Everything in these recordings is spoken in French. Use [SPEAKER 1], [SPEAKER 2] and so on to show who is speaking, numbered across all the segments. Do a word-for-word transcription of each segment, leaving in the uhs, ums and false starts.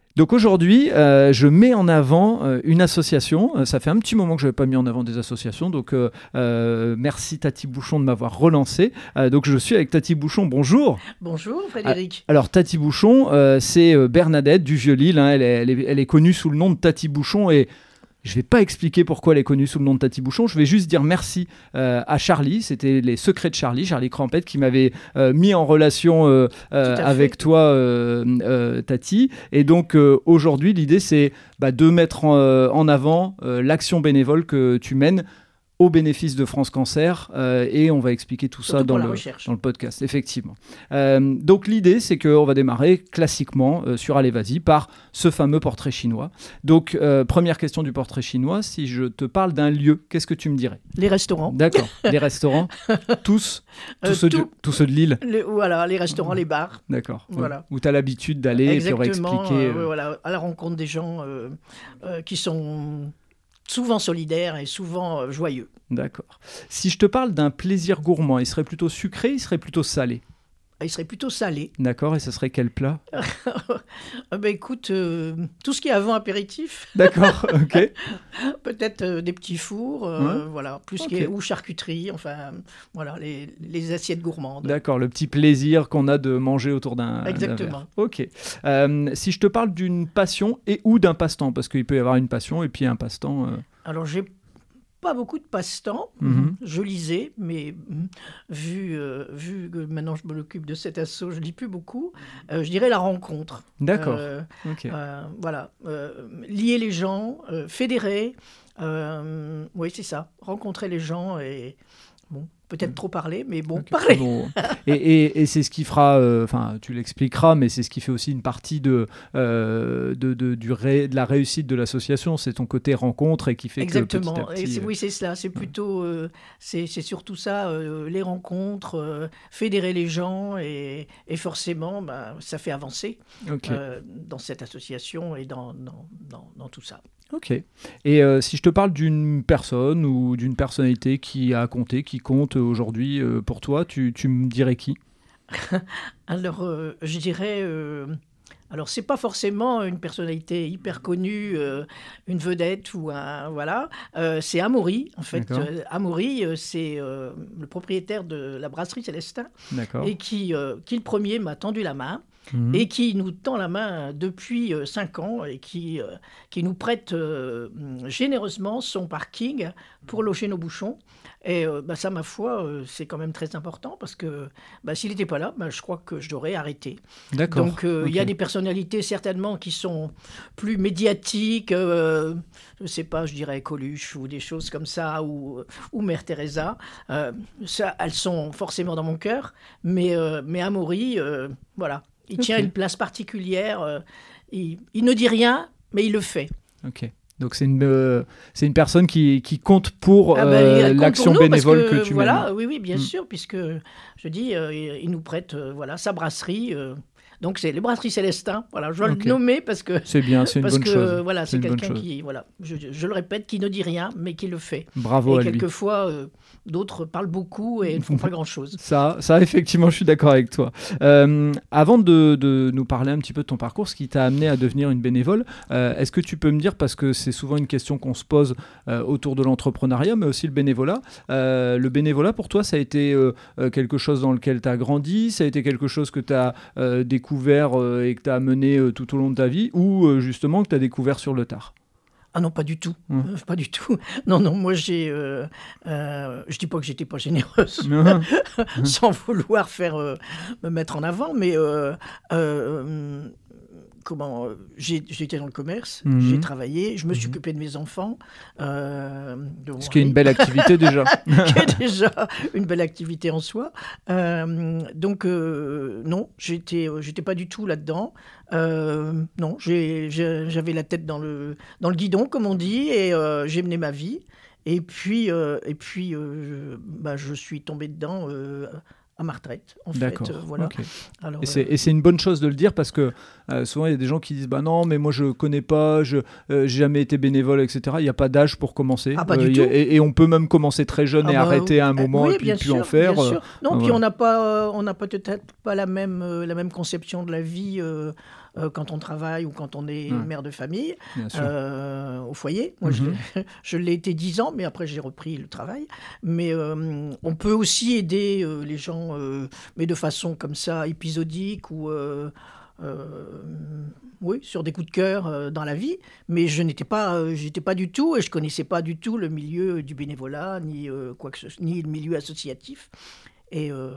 [SPEAKER 1] Donc aujourd'hui, euh, je mets en avant euh, une association. Euh, ça fait un petit moment que je n'avais pas mis en avant des associations. Donc euh, euh, merci Tati Bouchon de m'avoir relancé. Euh, donc je suis avec Tati Bouchon. Bonjour.
[SPEAKER 2] Bonjour Frédéric.
[SPEAKER 1] Alors Tati Bouchon, euh, c'est euh, Bernadette du Vieux-Lille. Hein. Elle, est, elle, est, elle est connue sous le nom de Tati Bouchon et je ne vais pas expliquer pourquoi elle est connue sous le nom de Tati Bouchon. Je vais juste dire merci euh, à Charlie. C'était les secrets de Charlie, Charlie Crampette, qui m'avait euh, mis en relation euh, euh, avec toi, euh, euh, Tati. Et donc euh, aujourd'hui, l'idée, c'est bah, de mettre en, euh, en avant euh, l'action bénévole que tu mènes au bénéfice de France Cancer euh, et on va expliquer tout
[SPEAKER 2] Surtout
[SPEAKER 1] ça dans le, dans le podcast, effectivement. Euh, donc l'idée, c'est qu'on va démarrer classiquement euh, sur Allez Vas-y par ce fameux portrait chinois. Donc euh, première question du portrait chinois, si je te parle d'un lieu, qu'est-ce que tu me dirais ?
[SPEAKER 2] Les restaurants.
[SPEAKER 1] D'accord, les restaurants, tous, tous, euh, ceux, tout, de, tous ceux de Lille.
[SPEAKER 2] Les, voilà, les restaurants, les bars.
[SPEAKER 1] D'accord,
[SPEAKER 2] voilà.
[SPEAKER 1] Où tu as l'habitude d'aller et pour expliquer.
[SPEAKER 2] Euh, voilà, à la rencontre des gens euh, euh, qui sont souvent solidaire et souvent euh, joyeux.
[SPEAKER 1] D'accord. Si je te parle d'un plaisir gourmand, il serait plutôt sucré, il serait plutôt salé ?
[SPEAKER 2] Il serait plutôt salé.
[SPEAKER 1] D'accord, et ce serait quel plat ?
[SPEAKER 2] Ben écoute, euh, tout ce qui est avant apéritif.
[SPEAKER 1] D'accord, ok.
[SPEAKER 2] Peut-être euh, des petits fours, euh, ouais. voilà, plus okay. qui est, ou charcuterie, enfin, voilà, les, les assiettes gourmandes.
[SPEAKER 1] D'accord, le petit plaisir qu'on a de manger autour d'un,
[SPEAKER 2] Exactement.
[SPEAKER 1] d'un verre. Ok. Euh, si je te parle d'une passion et ou d'un passe-temps, parce qu'il peut y avoir une passion et puis un passe-temps. Euh...
[SPEAKER 2] Alors j'ai pas beaucoup de passe-temps. Mm-hmm. Je lisais, mais vu, euh, vu que maintenant je m'occupe de cet assaut, je lis plus beaucoup. Euh, je dirais la rencontre.
[SPEAKER 1] D'accord.
[SPEAKER 2] Euh,
[SPEAKER 1] okay.
[SPEAKER 2] euh, voilà. Euh, lier les gens, euh, fédérer. Euh, oui, c'est ça. Rencontrer les gens et bon. Peut-être trop parler, mais bon, okay. parler.
[SPEAKER 1] Bon. Et, et, et c'est ce qui fera, enfin, euh, tu l'expliqueras, mais c'est ce qui fait aussi une partie de, euh, de, de, du ré, de la réussite de l'association. C'est ton côté rencontre et qui fait
[SPEAKER 2] Exactement.
[SPEAKER 1] que petit à petit...
[SPEAKER 2] Exactement. Oui, c'est cela. C'est plutôt, euh, c'est, c'est surtout ça, euh, les rencontres, euh, fédérer les gens et, et forcément, bah, ça fait avancer okay. euh, dans cette association et dans, dans, dans, dans tout ça.
[SPEAKER 1] Ok. Et euh, si je te parle d'une personne ou d'une personnalité qui a compté, qui compte aujourd'hui euh, pour toi, tu, tu me dirais qui ?
[SPEAKER 2] Alors, euh, je dirais... Euh, alors, c'est pas forcément une personnalité hyper connue, euh, une vedette ou un... Voilà. Euh, c'est Amaury, en fait. Euh, Amaury, euh, c'est euh, le propriétaire de la brasserie Célestin.
[SPEAKER 1] D'accord.
[SPEAKER 2] Et qui, euh, qui, le premier, m'a tendu la main. Mmh. Et qui nous tend la main depuis euh, cinq ans et qui, euh, qui nous prête euh, généreusement son parking pour loger nos bouchons. Et euh, bah, ça, ma foi, euh, c'est quand même très important parce que bah, s'il n'était pas là, bah, je crois que je l'aurais arrêté.
[SPEAKER 1] D'accord.
[SPEAKER 2] Donc, il euh, okay. y a des personnalités certainement qui sont plus médiatiques, euh, je ne sais pas, je dirais Coluche ou des choses comme ça, ou, ou Mère Teresa. Euh, ça, elles sont forcément dans mon cœur, mais, euh, mais Amaury, euh, voilà. Il okay. tient une place particulière. Euh, il, il ne dit rien, mais il le fait.
[SPEAKER 1] Ok. Donc c'est une, euh, c'est une personne qui, qui compte pour
[SPEAKER 2] ah ben,
[SPEAKER 1] euh,
[SPEAKER 2] compte
[SPEAKER 1] l'action
[SPEAKER 2] pour nous
[SPEAKER 1] bénévole
[SPEAKER 2] que,
[SPEAKER 1] que tu
[SPEAKER 2] voilà,
[SPEAKER 1] mènes.
[SPEAKER 2] Oui, oui, bien
[SPEAKER 1] mm.
[SPEAKER 2] sûr, puisque je dis, euh, il, il nous prête euh, voilà, sa brasserie. Euh, donc c'est les brasseries Célestin. Voilà, je dois okay. le nommer parce que
[SPEAKER 1] c'est bien, c'est une
[SPEAKER 2] parce
[SPEAKER 1] bonne
[SPEAKER 2] que,
[SPEAKER 1] chose.
[SPEAKER 2] Voilà, c'est,
[SPEAKER 1] c'est
[SPEAKER 2] quelqu'un qui, voilà, je, je le répète, qui ne dit rien, mais qui le fait.
[SPEAKER 1] Bravo
[SPEAKER 2] et
[SPEAKER 1] à lui.
[SPEAKER 2] Et quelquefois, euh, d'autres parlent beaucoup et ne font pas grand-chose.
[SPEAKER 1] Ça, ça, effectivement, je suis d'accord avec toi. Euh, avant de, de nous parler un petit peu de ton parcours, ce qui t'a amené à devenir une bénévole, euh, est-ce que tu peux me dire, parce que c'est souvent une question qu'on se pose euh, autour de l'entrepreneuriat, mais aussi le bénévolat. Euh, le bénévolat, pour toi, ça a été euh, quelque chose dans lequel tu as grandi, ça a été quelque chose que tu as euh, découvert euh, et que tu as mené euh, tout au long de ta vie, ou euh, justement que tu as découvert sur le tard ?
[SPEAKER 2] Ah non, pas du tout, mmh. euh, pas du tout. Non, non, moi j'ai, euh, euh, je dis pas que j'étais pas généreuse, mmh. sans vouloir faire euh, me mettre en avant, mais euh, euh, comment, j'ai, j'étais dans le commerce, mmh. j'ai travaillé, je me suis mmh. occupé de mes enfants. Euh,
[SPEAKER 1] donc, Ce qui est une belle activité déjà.
[SPEAKER 2] qui est déjà une belle activité en soi. Euh, donc euh, non, j'étais, j'étais pas du tout là-dedans. Euh, non, j'ai, j'ai, j'avais la tête dans le, dans le guidon, comme on dit, et euh, j'ai mené ma vie. Et puis, euh, et puis euh, je, bah, je suis tombée dedans euh, à ma retraite, en
[SPEAKER 1] D'accord.
[SPEAKER 2] fait. Euh, voilà.
[SPEAKER 1] Okay.
[SPEAKER 2] Alors,
[SPEAKER 1] et, c'est, et c'est une bonne chose de le dire parce que euh, souvent, il y a des gens qui disent bah « non, mais moi, je ne connais pas, je n'ai euh, jamais été bénévole, et cetera » Il n'y a pas d'âge pour commencer.
[SPEAKER 2] Ah, pas du
[SPEAKER 1] euh,
[SPEAKER 2] tout.
[SPEAKER 1] A, et, et on peut même commencer très jeune
[SPEAKER 2] ah,
[SPEAKER 1] et
[SPEAKER 2] bah,
[SPEAKER 1] arrêter à un moment
[SPEAKER 2] oui,
[SPEAKER 1] et puis,
[SPEAKER 2] bien
[SPEAKER 1] puis
[SPEAKER 2] sûr,
[SPEAKER 1] en faire.
[SPEAKER 2] Bien sûr. Non,
[SPEAKER 1] euh,
[SPEAKER 2] puis
[SPEAKER 1] voilà.
[SPEAKER 2] on n'a pas, on n'a peut-être pas la même, euh, la même conception de la vie. Euh, euh, quand on travaille ou quand on est
[SPEAKER 1] Ouais.
[SPEAKER 2] mère de famille
[SPEAKER 1] Bien sûr.
[SPEAKER 2] euh, au foyer. Moi,
[SPEAKER 1] Mhm.
[SPEAKER 2] je, l'ai- je l'ai été dix ans, mais après j'ai repris le travail. Mais euh, on peut aussi aider euh, les gens, euh, mais de façon comme ça, épisodique ou... euh, euh, oui, sur des coups de cœur euh, dans la vie, mais je n'étais pas, euh, j'étais pas du tout, et je connaissais pas du tout le milieu du bénévolat, ni euh, quoi que ce, ni le milieu associatif. Et euh,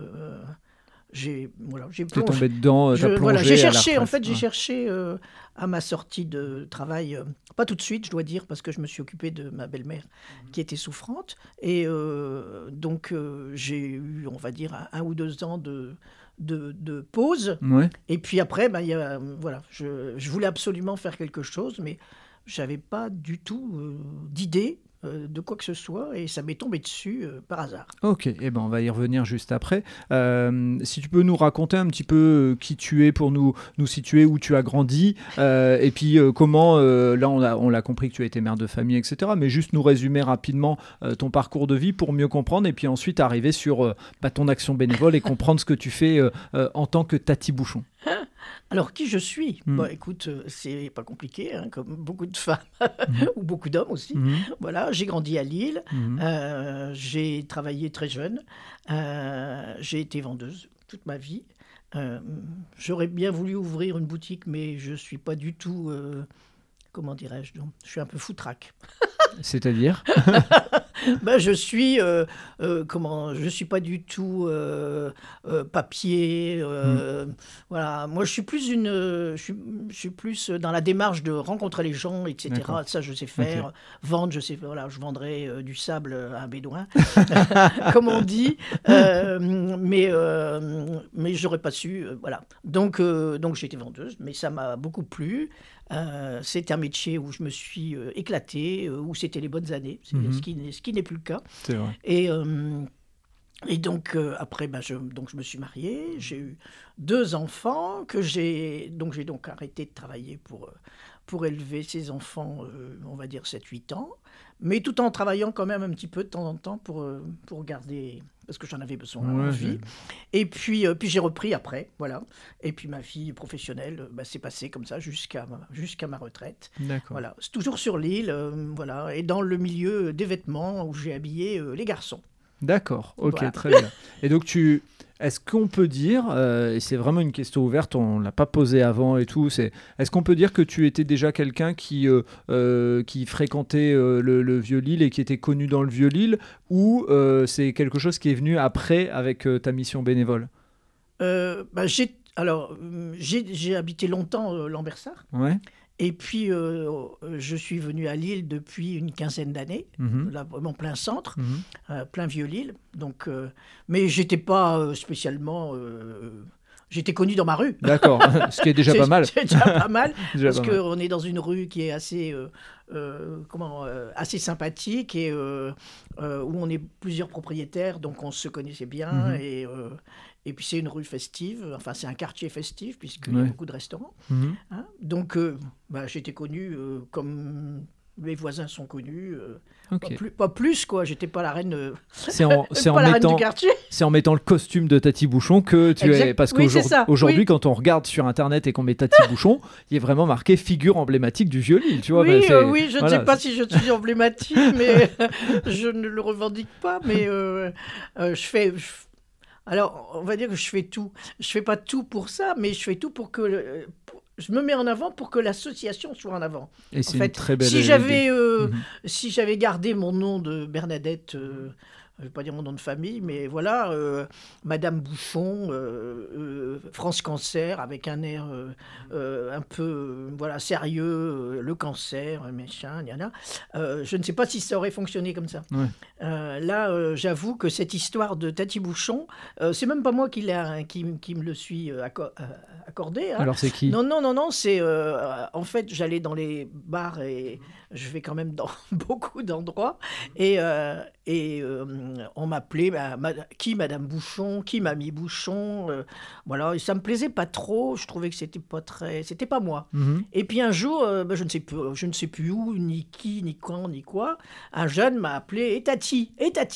[SPEAKER 2] j'ai, voilà, j'ai
[SPEAKER 1] T'es
[SPEAKER 2] plongé.
[SPEAKER 1] tombé dedans, euh,
[SPEAKER 2] Je,
[SPEAKER 1] t'as
[SPEAKER 2] voilà,
[SPEAKER 1] plongé
[SPEAKER 2] j'ai
[SPEAKER 1] à la
[SPEAKER 2] cherché, en
[SPEAKER 1] retraite.
[SPEAKER 2] fait, j'ai
[SPEAKER 1] Ouais.
[SPEAKER 2] cherché euh, à ma sortie de travail, euh, pas tout de suite, je dois dire, parce que je me suis occupée de ma belle-mère qui était souffrante. Et euh, donc, euh, j'ai eu, on va dire, un, un ou deux ans de, de, de pause.
[SPEAKER 1] Ouais.
[SPEAKER 2] Et puis après, ben, il y a, voilà, je, je voulais absolument faire quelque chose, mais j'avais pas du tout euh, d'idée euh, de quoi que ce soit, et ça m'est tombé dessus euh, par hasard.
[SPEAKER 1] Ok, eh ben on va y revenir juste après. Euh, si tu peux nous raconter un petit peu euh, qui tu es pour nous, nous situer, où tu as grandi, euh, et puis euh, comment, euh, là on a, on l'a compris que tu as été mère de famille, et cetera. Mais juste nous résumer rapidement euh, ton parcours de vie pour mieux comprendre, et puis ensuite arriver sur euh, bah, ton action bénévole et comprendre ce que tu fais euh, euh, en tant que Tati Bouchon.
[SPEAKER 2] Alors, qui je suis
[SPEAKER 1] Mm.
[SPEAKER 2] Bah, écoute, euh, c'est pas compliqué, hein, comme beaucoup de femmes,
[SPEAKER 1] Mhm.
[SPEAKER 2] ou beaucoup d'hommes aussi.
[SPEAKER 1] Mhm.
[SPEAKER 2] Voilà, j'ai grandi à Lille,
[SPEAKER 1] Mhm.
[SPEAKER 2] euh, j'ai travaillé très jeune, euh, j'ai été vendeuse toute ma vie. Euh, J'aurais bien voulu ouvrir une boutique, mais je suis pas du tout, euh, comment dirais-je, donc, je suis un peu foutraque.
[SPEAKER 1] C'est-à-dire
[SPEAKER 2] Ben, je suis, euh, euh, comment, je suis pas du tout euh, euh, papier. euh, Voilà, moi je suis plus une, euh, je suis, je suis plus dans la démarche de rencontrer les gens, et cetera.
[SPEAKER 1] D'accord.
[SPEAKER 2] Ça, je sais faire.
[SPEAKER 1] Ok.
[SPEAKER 2] Vendre, je sais. Voilà, je vendrais euh, du sable à un bédouin, comme on dit. Euh, mais euh, mais j'aurais pas su. euh, voilà. Donc euh, donc j'ai été vendeuse, mais ça m'a beaucoup plu. Euh, c'était un métier où je me suis euh, éclatée, euh, où c'était les bonnes années, c'est
[SPEAKER 1] Mhm.
[SPEAKER 2] ce qui n'est ce qui n'est plus le cas.
[SPEAKER 1] C'est vrai.
[SPEAKER 2] Et, euh, et donc, euh, après, ben, je, donc, je me suis mariée, j'ai eu deux enfants, que j'ai donc, j'ai donc arrêté de travailler pour, euh, pour élever ces enfants, euh, on va dire sept huit ans, mais tout en travaillant quand même un petit peu de temps en temps pour, euh, pour garder, parce que j'en avais besoin,
[SPEAKER 1] Ouais,
[SPEAKER 2] envie. Et puis, euh, puis j'ai repris après, voilà. Et puis ma vie professionnelle, euh, bah, s'est passée comme ça jusqu'à ma, jusqu'à ma retraite.
[SPEAKER 1] D'accord.
[SPEAKER 2] Voilà, c'est toujours sur l'île, euh, voilà, et dans le milieu des vêtements où j'ai habillé euh, les garçons.
[SPEAKER 1] D'accord, ok,
[SPEAKER 2] Voilà.
[SPEAKER 1] très bien. Et donc, tu, est-ce qu'on peut dire, euh, et c'est vraiment une question ouverte, on ne l'a pas posée avant et tout, c'est, est-ce qu'on peut dire que tu étais déjà quelqu'un qui, euh, euh, qui fréquentait euh, le, le Vieux-Lille et qui était connu dans le Vieux-Lille, ou euh, c'est quelque chose qui est venu après avec euh, ta mission bénévole?
[SPEAKER 2] Euh, bah, j'ai, alors, euh, j'ai, j'ai habité longtemps euh, Lambersart,
[SPEAKER 1] Ouais.
[SPEAKER 2] et puis euh, je suis venu à Lille depuis une quinzaine d'années,
[SPEAKER 1] Mhm.
[SPEAKER 2] là vraiment plein centre,
[SPEAKER 1] Mhm.
[SPEAKER 2] euh, plein Vieux-Lille. Donc, euh, mais j'étais pas euh, spécialement, euh, j'étais connu dans ma rue.
[SPEAKER 1] D'accord, ce qui est déjà
[SPEAKER 2] C'est-
[SPEAKER 1] pas mal.
[SPEAKER 2] C'est déjà pas mal.
[SPEAKER 1] Déjà
[SPEAKER 2] Parce
[SPEAKER 1] pas mal.
[SPEAKER 2] qu'on est dans une rue qui est assez, euh, euh, comment, euh, assez sympathique et euh, euh, où on est plusieurs propriétaires, donc on se connaissait bien.
[SPEAKER 1] Mhm.
[SPEAKER 2] Et, euh, et puis c'est une rue festive, enfin c'est un quartier festif puisqu'il y
[SPEAKER 1] Ouais.
[SPEAKER 2] a beaucoup de restaurants.
[SPEAKER 1] Mhm.
[SPEAKER 2] Hein. Donc euh, bah, j'étais connu euh, comme mes voisins sont connus. euh,
[SPEAKER 1] Ok.
[SPEAKER 2] pas, plus, pas plus, quoi. J'étais pas la reine, euh,
[SPEAKER 1] C'est en, c'est
[SPEAKER 2] pas
[SPEAKER 1] en
[SPEAKER 2] la reine
[SPEAKER 1] mettant,
[SPEAKER 2] du quartier.
[SPEAKER 1] c'est en mettant le costume de Tati Bouchon que tu
[SPEAKER 2] Exact.
[SPEAKER 1] es. Parce
[SPEAKER 2] Oui, c'est
[SPEAKER 1] qu'aujourd'hui,
[SPEAKER 2] ça.
[SPEAKER 1] aujourd'hui,
[SPEAKER 2] Oui.
[SPEAKER 1] quand on regarde sur internet et qu'on met Tati Bouchon, il est vraiment marqué figure emblématique du Vieux-Lille. Tu vois,
[SPEAKER 2] Oui,
[SPEAKER 1] bah, c'est-
[SPEAKER 2] euh, oui, je ne
[SPEAKER 1] voilà,
[SPEAKER 2] sais pas si je suis emblématique, mais je ne le revendique pas. Mais euh, euh, je fais. je- alors, on va dire que je fais tout. Je fais pas tout pour ça, mais je fais tout pour que. le- pour- je me mets en avant pour que l'association soit en avant.
[SPEAKER 1] Et c'est
[SPEAKER 2] En fait,
[SPEAKER 1] une très belle
[SPEAKER 2] si
[SPEAKER 1] idée.
[SPEAKER 2] j'avais, euh,
[SPEAKER 1] Mhm.
[SPEAKER 2] si j'avais gardé mon nom de Bernadette, euh, je vais pas dire mon nom de famille, mais voilà, euh, Madame Bouchon, euh, euh, France Cancer, avec un air euh, euh, un peu, euh, voilà, sérieux, euh, le cancer, machin, y en a. Euh, je ne sais pas si ça aurait fonctionné comme ça.
[SPEAKER 1] Ouais.
[SPEAKER 2] Euh, là, euh, j'avoue que cette histoire de Tati Bouchon, euh, c'est même pas moi qui, l'a, qui, qui me le suis euh, acco- euh, accordé. Hein.
[SPEAKER 1] Alors c'est qui?
[SPEAKER 2] Non, non, non, non, c'est... euh, en fait, j'allais dans les bars et je vais quand même dans beaucoup d'endroits. Et, euh, et euh, on m'appelait, bah, ma- qui Madame Bouchon, qui Mamie Bouchon. euh, voilà, et ça me plaisait pas trop. Je trouvais que c'était pas très... C'était pas moi.
[SPEAKER 1] Mhm.
[SPEAKER 2] Et puis un jour, euh, bah, je, ne sais plus, je ne sais plus où, ni qui, ni quand, ni quoi, un jeune m'a appelé « Et Tati, et Tati ?»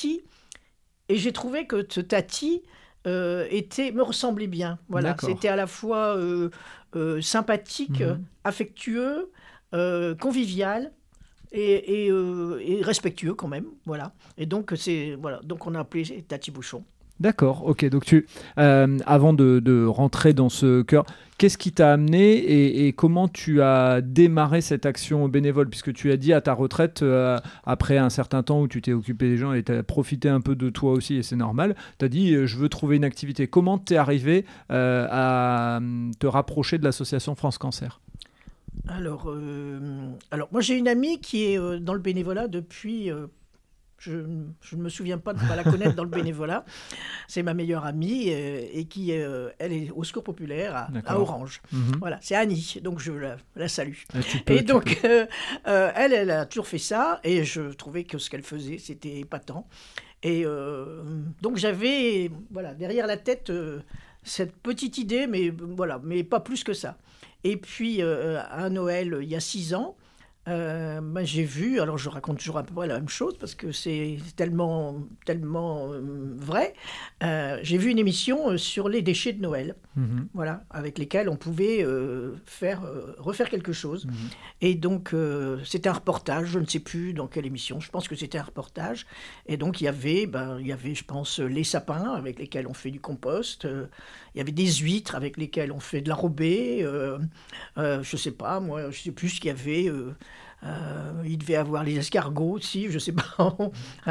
[SPEAKER 2] Et j'ai trouvé que ce Tati... euh, était, me ressemblait bien. Voilà,
[SPEAKER 1] D'accord.
[SPEAKER 2] c'était à la fois euh, euh, sympathique,
[SPEAKER 1] Mhm.
[SPEAKER 2] affectueux, euh, convivial. Et, et, euh, et respectueux quand même, voilà. Et donc, c'est, voilà. donc on a appelé Tati Bouchon.
[SPEAKER 1] D'accord, ok. Donc, tu, euh, avant de, de rentrer dans ce cœur, qu'est-ce qui t'a amené et, et comment tu as démarré cette action bénévole? Puisque tu as dit à ta retraite, euh, après un certain temps où tu t'es occupé des gens et tu as profité un peu de toi aussi, et c'est normal, tu as dit euh, je veux trouver une activité. Comment t'es arrivé euh, à euh, te rapprocher de l'association France Cancer?
[SPEAKER 2] Alors, euh, alors, moi j'ai une amie qui est euh, dans le bénévolat depuis... euh, je je ne me souviens pas de ne pas la connaître dans le bénévolat. C'est ma meilleure amie euh, et qui, euh, elle est au Secours Populaire à, à
[SPEAKER 1] D'accord.
[SPEAKER 2] Orange.
[SPEAKER 1] Mhm.
[SPEAKER 2] Voilà, c'est Annie, donc je la, la salue.
[SPEAKER 1] Ah, tu peux,
[SPEAKER 2] Et
[SPEAKER 1] tu
[SPEAKER 2] donc,
[SPEAKER 1] peux.
[SPEAKER 2] euh, euh, elle, elle a toujours fait ça et je trouvais que ce qu'elle faisait, c'était épatant. Et euh, donc j'avais, voilà, derrière la tête euh, cette petite idée, mais voilà, mais pas plus que ça. Et puis euh, à Noël, il y a six ans, euh, ben, j'ai vu, alors je raconte toujours à peu près la même chose parce que c'est tellement, tellement euh, vrai. Euh, j'ai vu une émission euh, sur les déchets de Noël,
[SPEAKER 1] Mhm.
[SPEAKER 2] voilà, avec lesquels on pouvait euh, faire, euh, refaire quelque chose.
[SPEAKER 1] Mhm.
[SPEAKER 2] Et donc, euh, c'était un reportage, je ne sais plus dans quelle émission, je pense que c'était un reportage. Et donc, il y avait, ben, il y avait, je pense, les sapins avec lesquels on fait du compost. euh, il y avait des huîtres avec lesquelles on fait de l'enrobé. Euh, euh, je ne sais pas, moi, je ne sais plus ce qu'il y avait. euh, euh, il devait avoir les escargots aussi, je ne sais pas. On,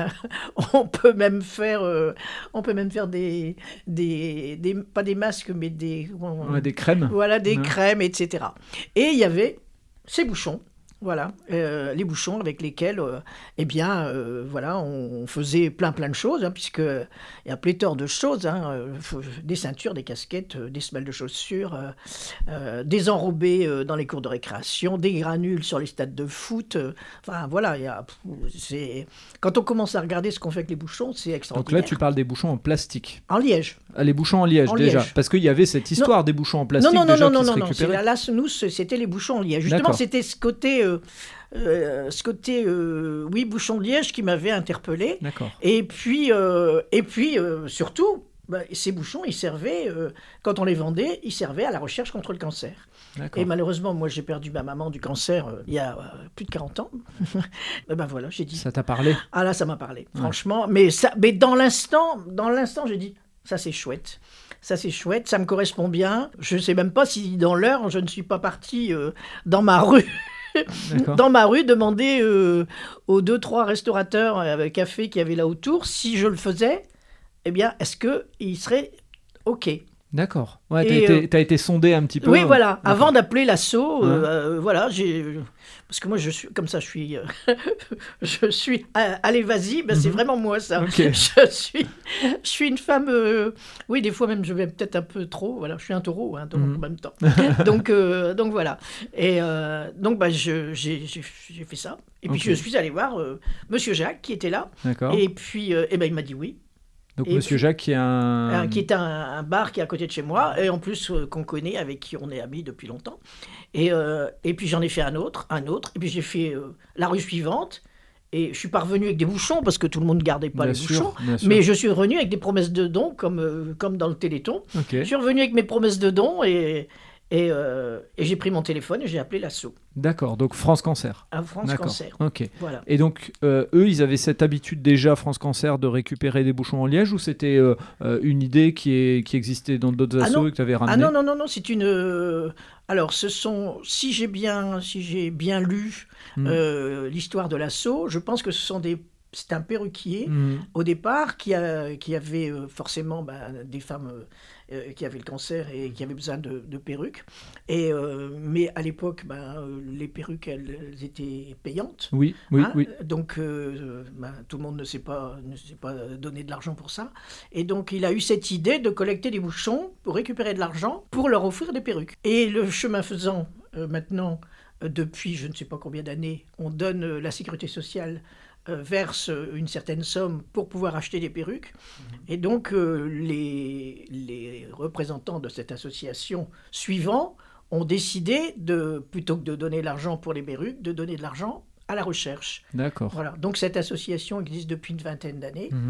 [SPEAKER 2] on peut même faire, euh, on peut même faire des, des, des- pas des masques, mais des,
[SPEAKER 1] Ouais, des crèmes.
[SPEAKER 2] voilà, des
[SPEAKER 1] Ouais.
[SPEAKER 2] crèmes, et cetera. Et il y avait ces bouchons, voilà, euh, les bouchons avec lesquels, euh, eh bien, euh, voilà, on, on faisait plein plein de choses, hein, puisque il y a pléthore de choses, hein, euh, faut- des ceintures, des casquettes, euh, des semelles de chaussures, euh, euh, des enrobés euh, dans les cours de récréation, des granules sur les stades de foot. euh, enfin, voilà, il y a, pff, c'est quand on commence à regarder ce qu'on fait avec les bouchons, c'est
[SPEAKER 1] Donc là,
[SPEAKER 2] extraordinaire.
[SPEAKER 1] tu parles des bouchons en plastique.
[SPEAKER 2] En liège.
[SPEAKER 1] Ah, les bouchons en liège,
[SPEAKER 2] En
[SPEAKER 1] déjà.
[SPEAKER 2] liège.
[SPEAKER 1] Parce qu'il y avait cette histoire des bouchons en
[SPEAKER 2] Non,
[SPEAKER 1] plastique
[SPEAKER 2] non, non,
[SPEAKER 1] déjà
[SPEAKER 2] non, non,
[SPEAKER 1] qui se
[SPEAKER 2] non, non. C'est
[SPEAKER 1] récupéraient.
[SPEAKER 2] là, là, nous, c'était les bouchons en liège. Justement,
[SPEAKER 1] D'accord.
[SPEAKER 2] c'était ce côté, euh, euh, ce côté, euh, oui, bouchons de liège qui m'avait interpellé.
[SPEAKER 1] D'accord.
[SPEAKER 2] Et puis, euh, et puis euh, surtout, bah, ces bouchons, ils servaient, euh, quand on les vendait, ils servaient à la recherche contre le cancer.
[SPEAKER 1] D'accord.
[SPEAKER 2] Et malheureusement, moi, j'ai perdu ma maman du cancer euh, il y a euh, plus de quarante ans. Et ben voilà, j'ai dit.
[SPEAKER 1] Ça t'a parlé?
[SPEAKER 2] Ah là, ça m'a parlé,
[SPEAKER 1] Ouais.
[SPEAKER 2] franchement. Mais, ça, mais dans l'instant, dans l'instant, j'ai dit, ça c'est chouette. Ça c'est chouette, ça me correspond bien. Je ne sais même pas si dans l'heure, je ne suis pas partie euh, dans ma rue.
[SPEAKER 1] D'accord.
[SPEAKER 2] Dans ma rue, demander euh, aux deux, trois restaurateurs avec café qu'il y avait là autour, si je le faisais, eh bien, est-ce qu'ils seraient OK?
[SPEAKER 1] D'accord. Ouais, t'as
[SPEAKER 2] Et,
[SPEAKER 1] été,
[SPEAKER 2] euh,
[SPEAKER 1] t'as été sondé un petit peu.
[SPEAKER 2] Oui, voilà.
[SPEAKER 1] D'accord.
[SPEAKER 2] Avant d'appeler l'assaut, euh,
[SPEAKER 1] Ouais.
[SPEAKER 2] euh, voilà, j'ai parce que moi je suis comme ça, je suis, euh, je suis. ah, allez, vas-y, ben, c'est
[SPEAKER 1] Mhm.
[SPEAKER 2] vraiment moi ça.
[SPEAKER 1] Ok.
[SPEAKER 2] Je suis, je suis une femme. euh, oui, des fois même je vais peut-être un peu trop. Voilà, je suis un taureau, hein, donc
[SPEAKER 1] Mhm.
[SPEAKER 2] en même temps. donc, euh, donc voilà. Et euh, donc bah, je, j'ai, j'ai, j'ai fait ça. Et puis
[SPEAKER 1] Ok.
[SPEAKER 2] je suis allée voir euh, Monsieur Jacques qui était là.
[SPEAKER 1] D'accord.
[SPEAKER 2] Et puis, euh, eh ben il m'a dit oui.
[SPEAKER 1] Donc,
[SPEAKER 2] et
[SPEAKER 1] Monsieur
[SPEAKER 2] puis-
[SPEAKER 1] Jacques, qui est un.
[SPEAKER 2] Un- qui est un, un bar qui est à côté de chez moi, et en plus euh, qu'on connaît, avec qui on est amis depuis longtemps. Et, euh, et puis j'en ai fait un autre, un autre, et puis j'ai fait euh, la rue suivante, et je suis pas revenu avec des bouchons, parce que tout le monde ne gardait pas
[SPEAKER 1] Bien
[SPEAKER 2] les
[SPEAKER 1] sûr,
[SPEAKER 2] bouchons,
[SPEAKER 1] bien sûr.
[SPEAKER 2] mais je suis revenu avec des promesses de dons, comme, euh, comme dans le Téléthon.
[SPEAKER 1] Ok.
[SPEAKER 2] Je suis revenu avec mes promesses de dons, et, et, euh, et j'ai pris mon téléphone, et j'ai appelé l'assaut,
[SPEAKER 1] D'accord. Donc, France Cancer.
[SPEAKER 2] à France
[SPEAKER 1] D'accord.
[SPEAKER 2] Cancer.
[SPEAKER 1] Ok.
[SPEAKER 2] Voilà.
[SPEAKER 1] Et donc, euh, eux, ils avaient cette habitude déjà, France Cancer, de récupérer des bouchons en liège, ou c'était euh, euh, une idée qui, est, qui existait dans d'autres
[SPEAKER 2] Ah
[SPEAKER 1] assos
[SPEAKER 2] non.
[SPEAKER 1] et que tu avais ramené?
[SPEAKER 2] Ah non, non, non, non, c'est une... euh, Alors, ce sont... Si j'ai bien, si j'ai bien lu
[SPEAKER 1] Mm.
[SPEAKER 2] euh, l'histoire de l'assaut, je pense que ce sont des... C'est un perruquier,
[SPEAKER 1] Mm.
[SPEAKER 2] au départ, qui, a, qui avait euh, forcément ben, des femmes euh, euh, qui avaient le cancer et qui avaient besoin de, de perruques. Et, euh, mais à l'époque, ben, euh, les perruques, elles, elles étaient payantes.
[SPEAKER 1] Oui, oui,
[SPEAKER 2] Hein,
[SPEAKER 1] oui.
[SPEAKER 2] Donc, euh, ben, tout le monde ne sait pas, ne sait pas donner de l'argent pour ça. Et donc, il a eu cette idée de collecter des bouchons pour récupérer de l'argent pour leur offrir des perruques. Et le chemin faisant, euh, maintenant, euh, depuis je ne sais pas combien d'années, on donne euh, la sécurité sociale euh, verse une certaine somme pour pouvoir acheter des perruques. Et donc, euh, les, les représentants de cette association suivants ont décidé, de, plutôt que de donner l'argent pour les perruques, de donner de l'argent à la recherche.
[SPEAKER 1] D'accord.
[SPEAKER 2] Voilà. Donc cette association existe depuis une vingtaine d'années.
[SPEAKER 1] Mhm.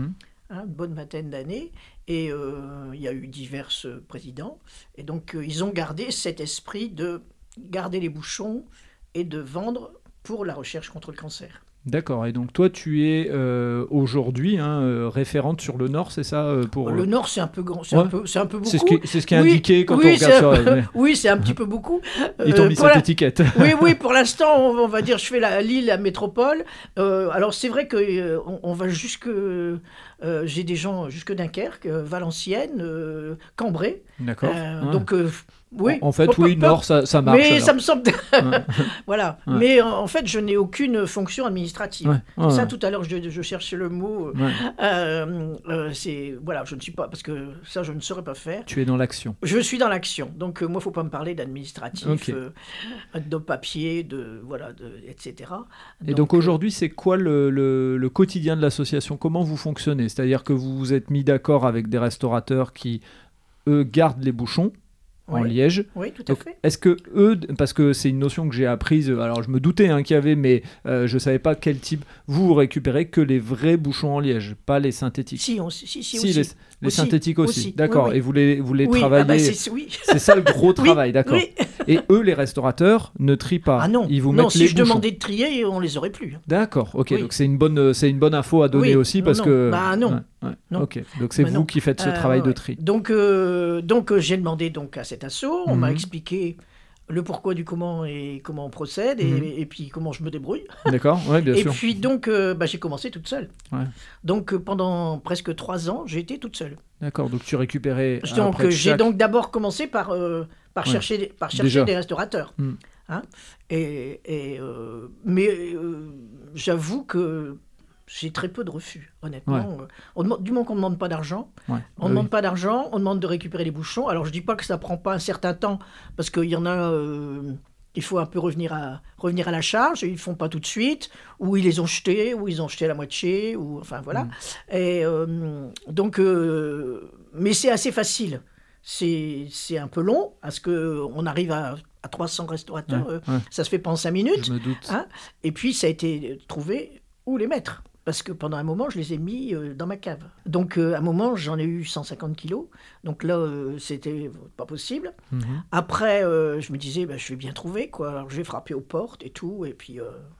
[SPEAKER 2] hein, une bonne vingtaine d'années, et euh, il y a eu divers euh, présidents, et donc euh, ils ont gardé cet esprit de garder les bouchons et de vendre pour la recherche contre le cancer.
[SPEAKER 1] D'accord, et donc toi tu es euh, aujourd'hui hein, euh, référente sur le Nord, c'est ça euh, pour,
[SPEAKER 2] Le Nord, c'est un peu grand, c'est,
[SPEAKER 1] ouais.
[SPEAKER 2] un, peu, c'est un peu beaucoup.
[SPEAKER 1] C'est ce qui, c'est ce qui est
[SPEAKER 2] oui,
[SPEAKER 1] indiqué quand
[SPEAKER 2] oui,
[SPEAKER 1] on regarde sur...
[SPEAKER 2] peu,
[SPEAKER 1] Mais...
[SPEAKER 2] Oui, c'est un petit peu beaucoup.
[SPEAKER 1] Ils t'ont
[SPEAKER 2] euh,
[SPEAKER 1] mis cette
[SPEAKER 2] la...
[SPEAKER 1] étiquette.
[SPEAKER 2] Oui, oui, pour l'instant, on, on va dire, je fais la, Lille, la métropole. Euh, alors c'est vrai qu'on euh, on va jusque... Euh, j'ai des gens jusque Dunkerque, euh, Valenciennes, euh, Cambrai.
[SPEAKER 1] D'accord.
[SPEAKER 2] Euh,
[SPEAKER 1] ouais.
[SPEAKER 2] Donc... Euh, Oui.
[SPEAKER 1] En fait,
[SPEAKER 2] Pop,
[SPEAKER 1] oui,
[SPEAKER 2] pop,
[SPEAKER 1] Nord, ça, ça marche.
[SPEAKER 2] Mais
[SPEAKER 1] alors.
[SPEAKER 2] ça me semble.
[SPEAKER 1] Ouais.
[SPEAKER 2] Voilà.
[SPEAKER 1] Ouais.
[SPEAKER 2] Mais en, en fait, je n'ai aucune fonction administrative.
[SPEAKER 1] Ouais. Ouais.
[SPEAKER 2] Ça, tout à l'heure, je, je cherchais le mot.
[SPEAKER 1] Ouais.
[SPEAKER 2] Euh, euh, c'est voilà, je ne suis pas parce que ça, je ne saurais pas faire.
[SPEAKER 1] Tu es dans l'action.
[SPEAKER 2] Je suis dans l'action. Donc euh, moi, faut pas me parler d'administratif,
[SPEAKER 1] Okay.
[SPEAKER 2] euh, de papier, de voilà, de, et cetera.
[SPEAKER 1] Et donc, donc aujourd'hui, c'est quoi le, le, le quotidien de l'association? Comment vous fonctionnez? C'est-à-dire que vous vous êtes mis d'accord avec des restaurateurs qui eux gardent les bouchons en
[SPEAKER 2] oui.
[SPEAKER 1] liège.
[SPEAKER 2] Oui, tout à
[SPEAKER 1] donc,
[SPEAKER 2] fait.
[SPEAKER 1] Est-ce que eux, parce que c'est une notion que j'ai apprise, alors je me doutais hein, qu'il y avait, mais euh, je ne savais pas quel type. Vous, vous récupérez que les vrais bouchons en liège, pas les synthétiques.
[SPEAKER 2] Si, on, si, si,
[SPEAKER 1] si
[SPEAKER 2] aussi.
[SPEAKER 1] les, les
[SPEAKER 2] aussi.
[SPEAKER 1] synthétiques aussi.
[SPEAKER 2] aussi.
[SPEAKER 1] D'accord.
[SPEAKER 2] Oui, oui.
[SPEAKER 1] Et vous les, vous les
[SPEAKER 2] oui.
[SPEAKER 1] travaillez.
[SPEAKER 2] Ah bah c'est, oui.
[SPEAKER 1] c'est ça le gros travail,
[SPEAKER 2] oui.
[SPEAKER 1] d'accord.
[SPEAKER 2] Oui.
[SPEAKER 1] Et eux, les restaurateurs, ne trient pas.
[SPEAKER 2] Ah non.
[SPEAKER 1] Ils vous
[SPEAKER 2] non,
[SPEAKER 1] mettent
[SPEAKER 2] si
[SPEAKER 1] les
[SPEAKER 2] je
[SPEAKER 1] bouchons.
[SPEAKER 2] demandais de trier, on les aurait plus.
[SPEAKER 1] D'accord. Ok.
[SPEAKER 2] Oui.
[SPEAKER 1] Donc c'est une bonne, c'est une bonne info à donner
[SPEAKER 2] oui.
[SPEAKER 1] aussi
[SPEAKER 2] non,
[SPEAKER 1] parce
[SPEAKER 2] non.
[SPEAKER 1] que.
[SPEAKER 2] Bah non.
[SPEAKER 1] Ouais, ouais.
[SPEAKER 2] non.
[SPEAKER 1] Ok. Donc c'est
[SPEAKER 2] bah,
[SPEAKER 1] vous
[SPEAKER 2] non.
[SPEAKER 1] qui faites ce
[SPEAKER 2] euh,
[SPEAKER 1] travail
[SPEAKER 2] ouais,
[SPEAKER 1] de
[SPEAKER 2] ouais.
[SPEAKER 1] tri.
[SPEAKER 2] Donc, euh, donc euh, j'ai demandé donc à cet asso. On
[SPEAKER 1] Mm-hmm.
[SPEAKER 2] m'a expliqué le pourquoi du comment et comment on procède et,
[SPEAKER 1] Mm-hmm.
[SPEAKER 2] et puis comment je me débrouille.
[SPEAKER 1] D'accord. Ouais, bien
[SPEAKER 2] et
[SPEAKER 1] sûr.
[SPEAKER 2] Et puis donc euh, bah, j'ai commencé toute seule.
[SPEAKER 1] Ouais.
[SPEAKER 2] Donc euh, pendant presque trois ans, j'ai été toute seule.
[SPEAKER 1] D'accord. Donc tu récupérais.
[SPEAKER 2] Donc
[SPEAKER 1] après
[SPEAKER 2] j'ai
[SPEAKER 1] chaque...
[SPEAKER 2] donc d'abord commencé par euh, par ouais. chercher des, par chercher des restaurateurs. Mm. Hein et, et euh, mais euh, j'avoue que j'ai très peu de refus, honnêtement. Ouais. On demande, du moment qu'on ne demande pas d'argent, ouais. on ne oui. demande pas d'argent, on demande de récupérer les bouchons. Alors je ne dis pas que ça ne prend pas un certain temps, parce qu'il y en a, euh, il faut un peu revenir à, revenir à la charge, et ils ne font pas tout de suite, ou ils les ont jetés, ou ils ont jeté à la moitié, ou enfin voilà. Mm. Et euh, donc, euh, mais c'est assez facile. C'est, c'est un peu long, parce qu'on arrive à, à trois cents restaurateurs, ouais. Euh, ouais. ça se fait pas en cinq minutes.
[SPEAKER 1] Je me doute.
[SPEAKER 2] Hein, et puis ça a été trouvé où les mettre. Parce que pendant un moment, je les ai mis euh, dans ma cave. Donc, euh, à un moment, j'en ai eu cent cinquante kilos. Donc là, euh, c'était pas possible. Mm-hmm. Après, euh, je me disais, bah, je vais bien trouver, quoi. Alors, je vais frapper aux portes et tout, et puis... Euh,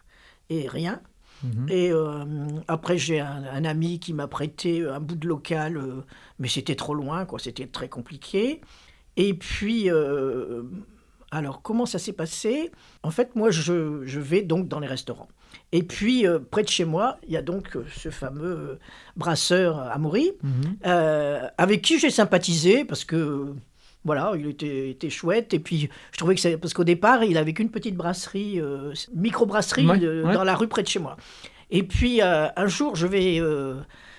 [SPEAKER 2] et rien. Mm-hmm. Et euh, après, j'ai un, un ami qui m'a prêté un bout de local, euh, mais c'était trop loin, quoi. C'était très compliqué. Et puis... Euh, alors, comment ça s'est passé? En fait, moi, je, je vais donc dans les restaurants. Et puis, euh, près de chez moi, il y a donc euh, ce fameux euh, brasseur Amaury, mmh. euh, avec qui j'ai sympathisé, parce que, voilà, il était, était chouette. Et puis, je trouvais que c'est... Parce qu'au départ, il avait qu'une petite brasserie, euh, micro-brasserie, ouais, de, ouais. dans la rue près de chez moi. Et puis, euh, un jour, je vais... Euh,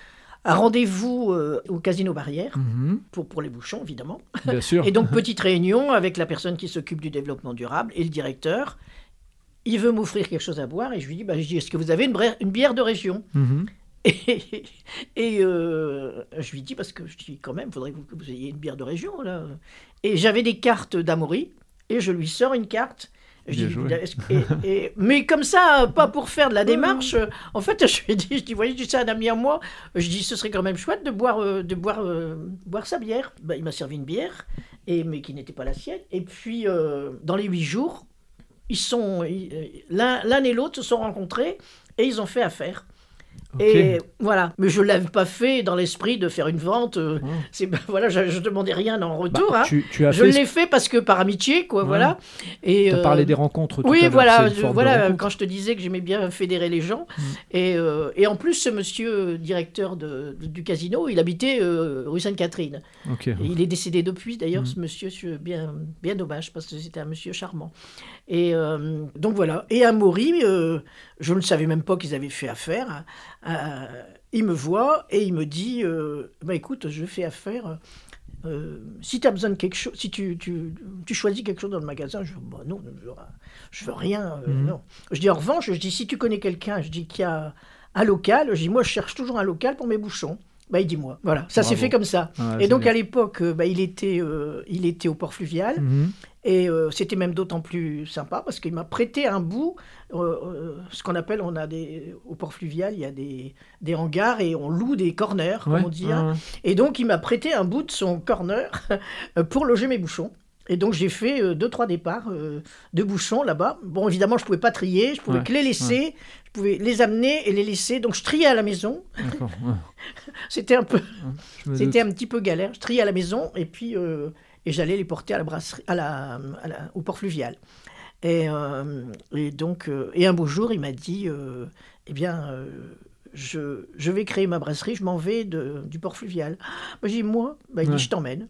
[SPEAKER 2] un rendez-vous euh, au Casino Barrière, mmh. pour, pour les bouchons, évidemment.
[SPEAKER 1] Bien sûr.
[SPEAKER 2] Et donc, petite réunion avec la personne qui s'occupe du développement durable et le directeur. Il veut m'offrir quelque chose à boire et je lui dis, bah, je dis est-ce que vous avez une, bra- une bière de région? Mmh. Et, et euh, je lui dis, parce que je dis quand même, il faudrait que vous ayez une bière de région. Là. Et j'avais des cartes d'Amaury et je lui sors une carte. Je dis, et, et, mais comme ça, pas pour faire de la démarche. En fait, je lui ai dit, je dis, voyez, je dis ça à un ami à moi. Je dis, ce serait quand même chouette de boire, euh, de boire, euh, boire sa bière. Bah, il m'a servi une bière, et, mais qui n'était pas la sienne. Et puis, euh, dans les huit jours, ils sont, ils, l'un, l'un et l'autre se sont rencontrés et ils ont fait affaire. Okay. Et voilà, mais je ne l'avais pas fait dans l'esprit de faire une vente. Euh, oh. c'est, ben, voilà, je ne demandais rien en retour. Bah, hein. tu, tu as je fait l'ai ce... fait parce que par amitié, quoi, ouais. voilà.
[SPEAKER 1] Tu as euh, parlé des rencontres tout
[SPEAKER 2] oui,
[SPEAKER 1] à l'heure.
[SPEAKER 2] Voilà, je, voilà quand je te disais que j'aimais bien fédérer les gens. Mm. Et, euh, et en plus, ce monsieur directeur de, de, du casino, il habitait euh, rue Sainte-Catherine. Okay. Il est décédé depuis, d'ailleurs, mm. ce monsieur, bien, bien dommage, parce que c'était un monsieur charmant. Et euh, donc voilà. Et Amaury, euh, je ne savais même pas qu'ils avaient fait affaire. Euh, il me voit et il me dit euh, bah écoute, je fais affaire. Euh, si tu as besoin de quelque chose, si tu, tu, tu choisis quelque chose dans le magasin, je dis bah non, je, je veux rien. Euh, mm-hmm. Non. Je dis en revanche, je dis si tu connais quelqu'un, je dis qu'il y a un local, je dis moi je cherche toujours un local pour mes bouchons. Bah, il dit moi. Voilà, ça
[SPEAKER 1] Bravo.
[SPEAKER 2] s'est fait comme ça.
[SPEAKER 1] Ah,
[SPEAKER 2] et donc,
[SPEAKER 1] génial.
[SPEAKER 2] à l'époque, euh, bah, il, était, euh, il était au port fluvial.
[SPEAKER 1] Mhm.
[SPEAKER 2] Et euh, c'était même d'autant plus sympa parce qu'il m'a prêté un bout, euh, euh, ce qu'on appelle, on a des, au port fluvial, il y a des, des hangars et on loue des corners,
[SPEAKER 1] Ouais.
[SPEAKER 2] comme on dit. Hein.
[SPEAKER 1] Ah,
[SPEAKER 2] Et donc, il m'a prêté un bout de son corner pour loger mes bouchons. Et donc, j'ai fait euh, deux, trois départs euh, de bouchons là-bas. Bon, évidemment, je ne pouvais pas trier, je pouvais
[SPEAKER 1] Ouais,
[SPEAKER 2] que les laisser,
[SPEAKER 1] ouais.
[SPEAKER 2] je pouvais les amener et les laisser. Donc, je triais à la maison.
[SPEAKER 1] D'accord. Ouais.
[SPEAKER 2] C'était un peu,
[SPEAKER 1] Je me
[SPEAKER 2] c'était
[SPEAKER 1] doute.
[SPEAKER 2] un petit peu galère. Je triais à la maison et puis euh, et j'allais les porter à la brasserie, à la, à la- au port fluvial. Et, euh, et donc, euh, et un beau jour, il m'a dit, euh, eh bien, euh, je, je vais créer ma brasserie, je m'en vais de, du port fluvial. Bah, j'ai dit, moi, bah, il
[SPEAKER 1] Ouais.
[SPEAKER 2] dit, je t'emmène.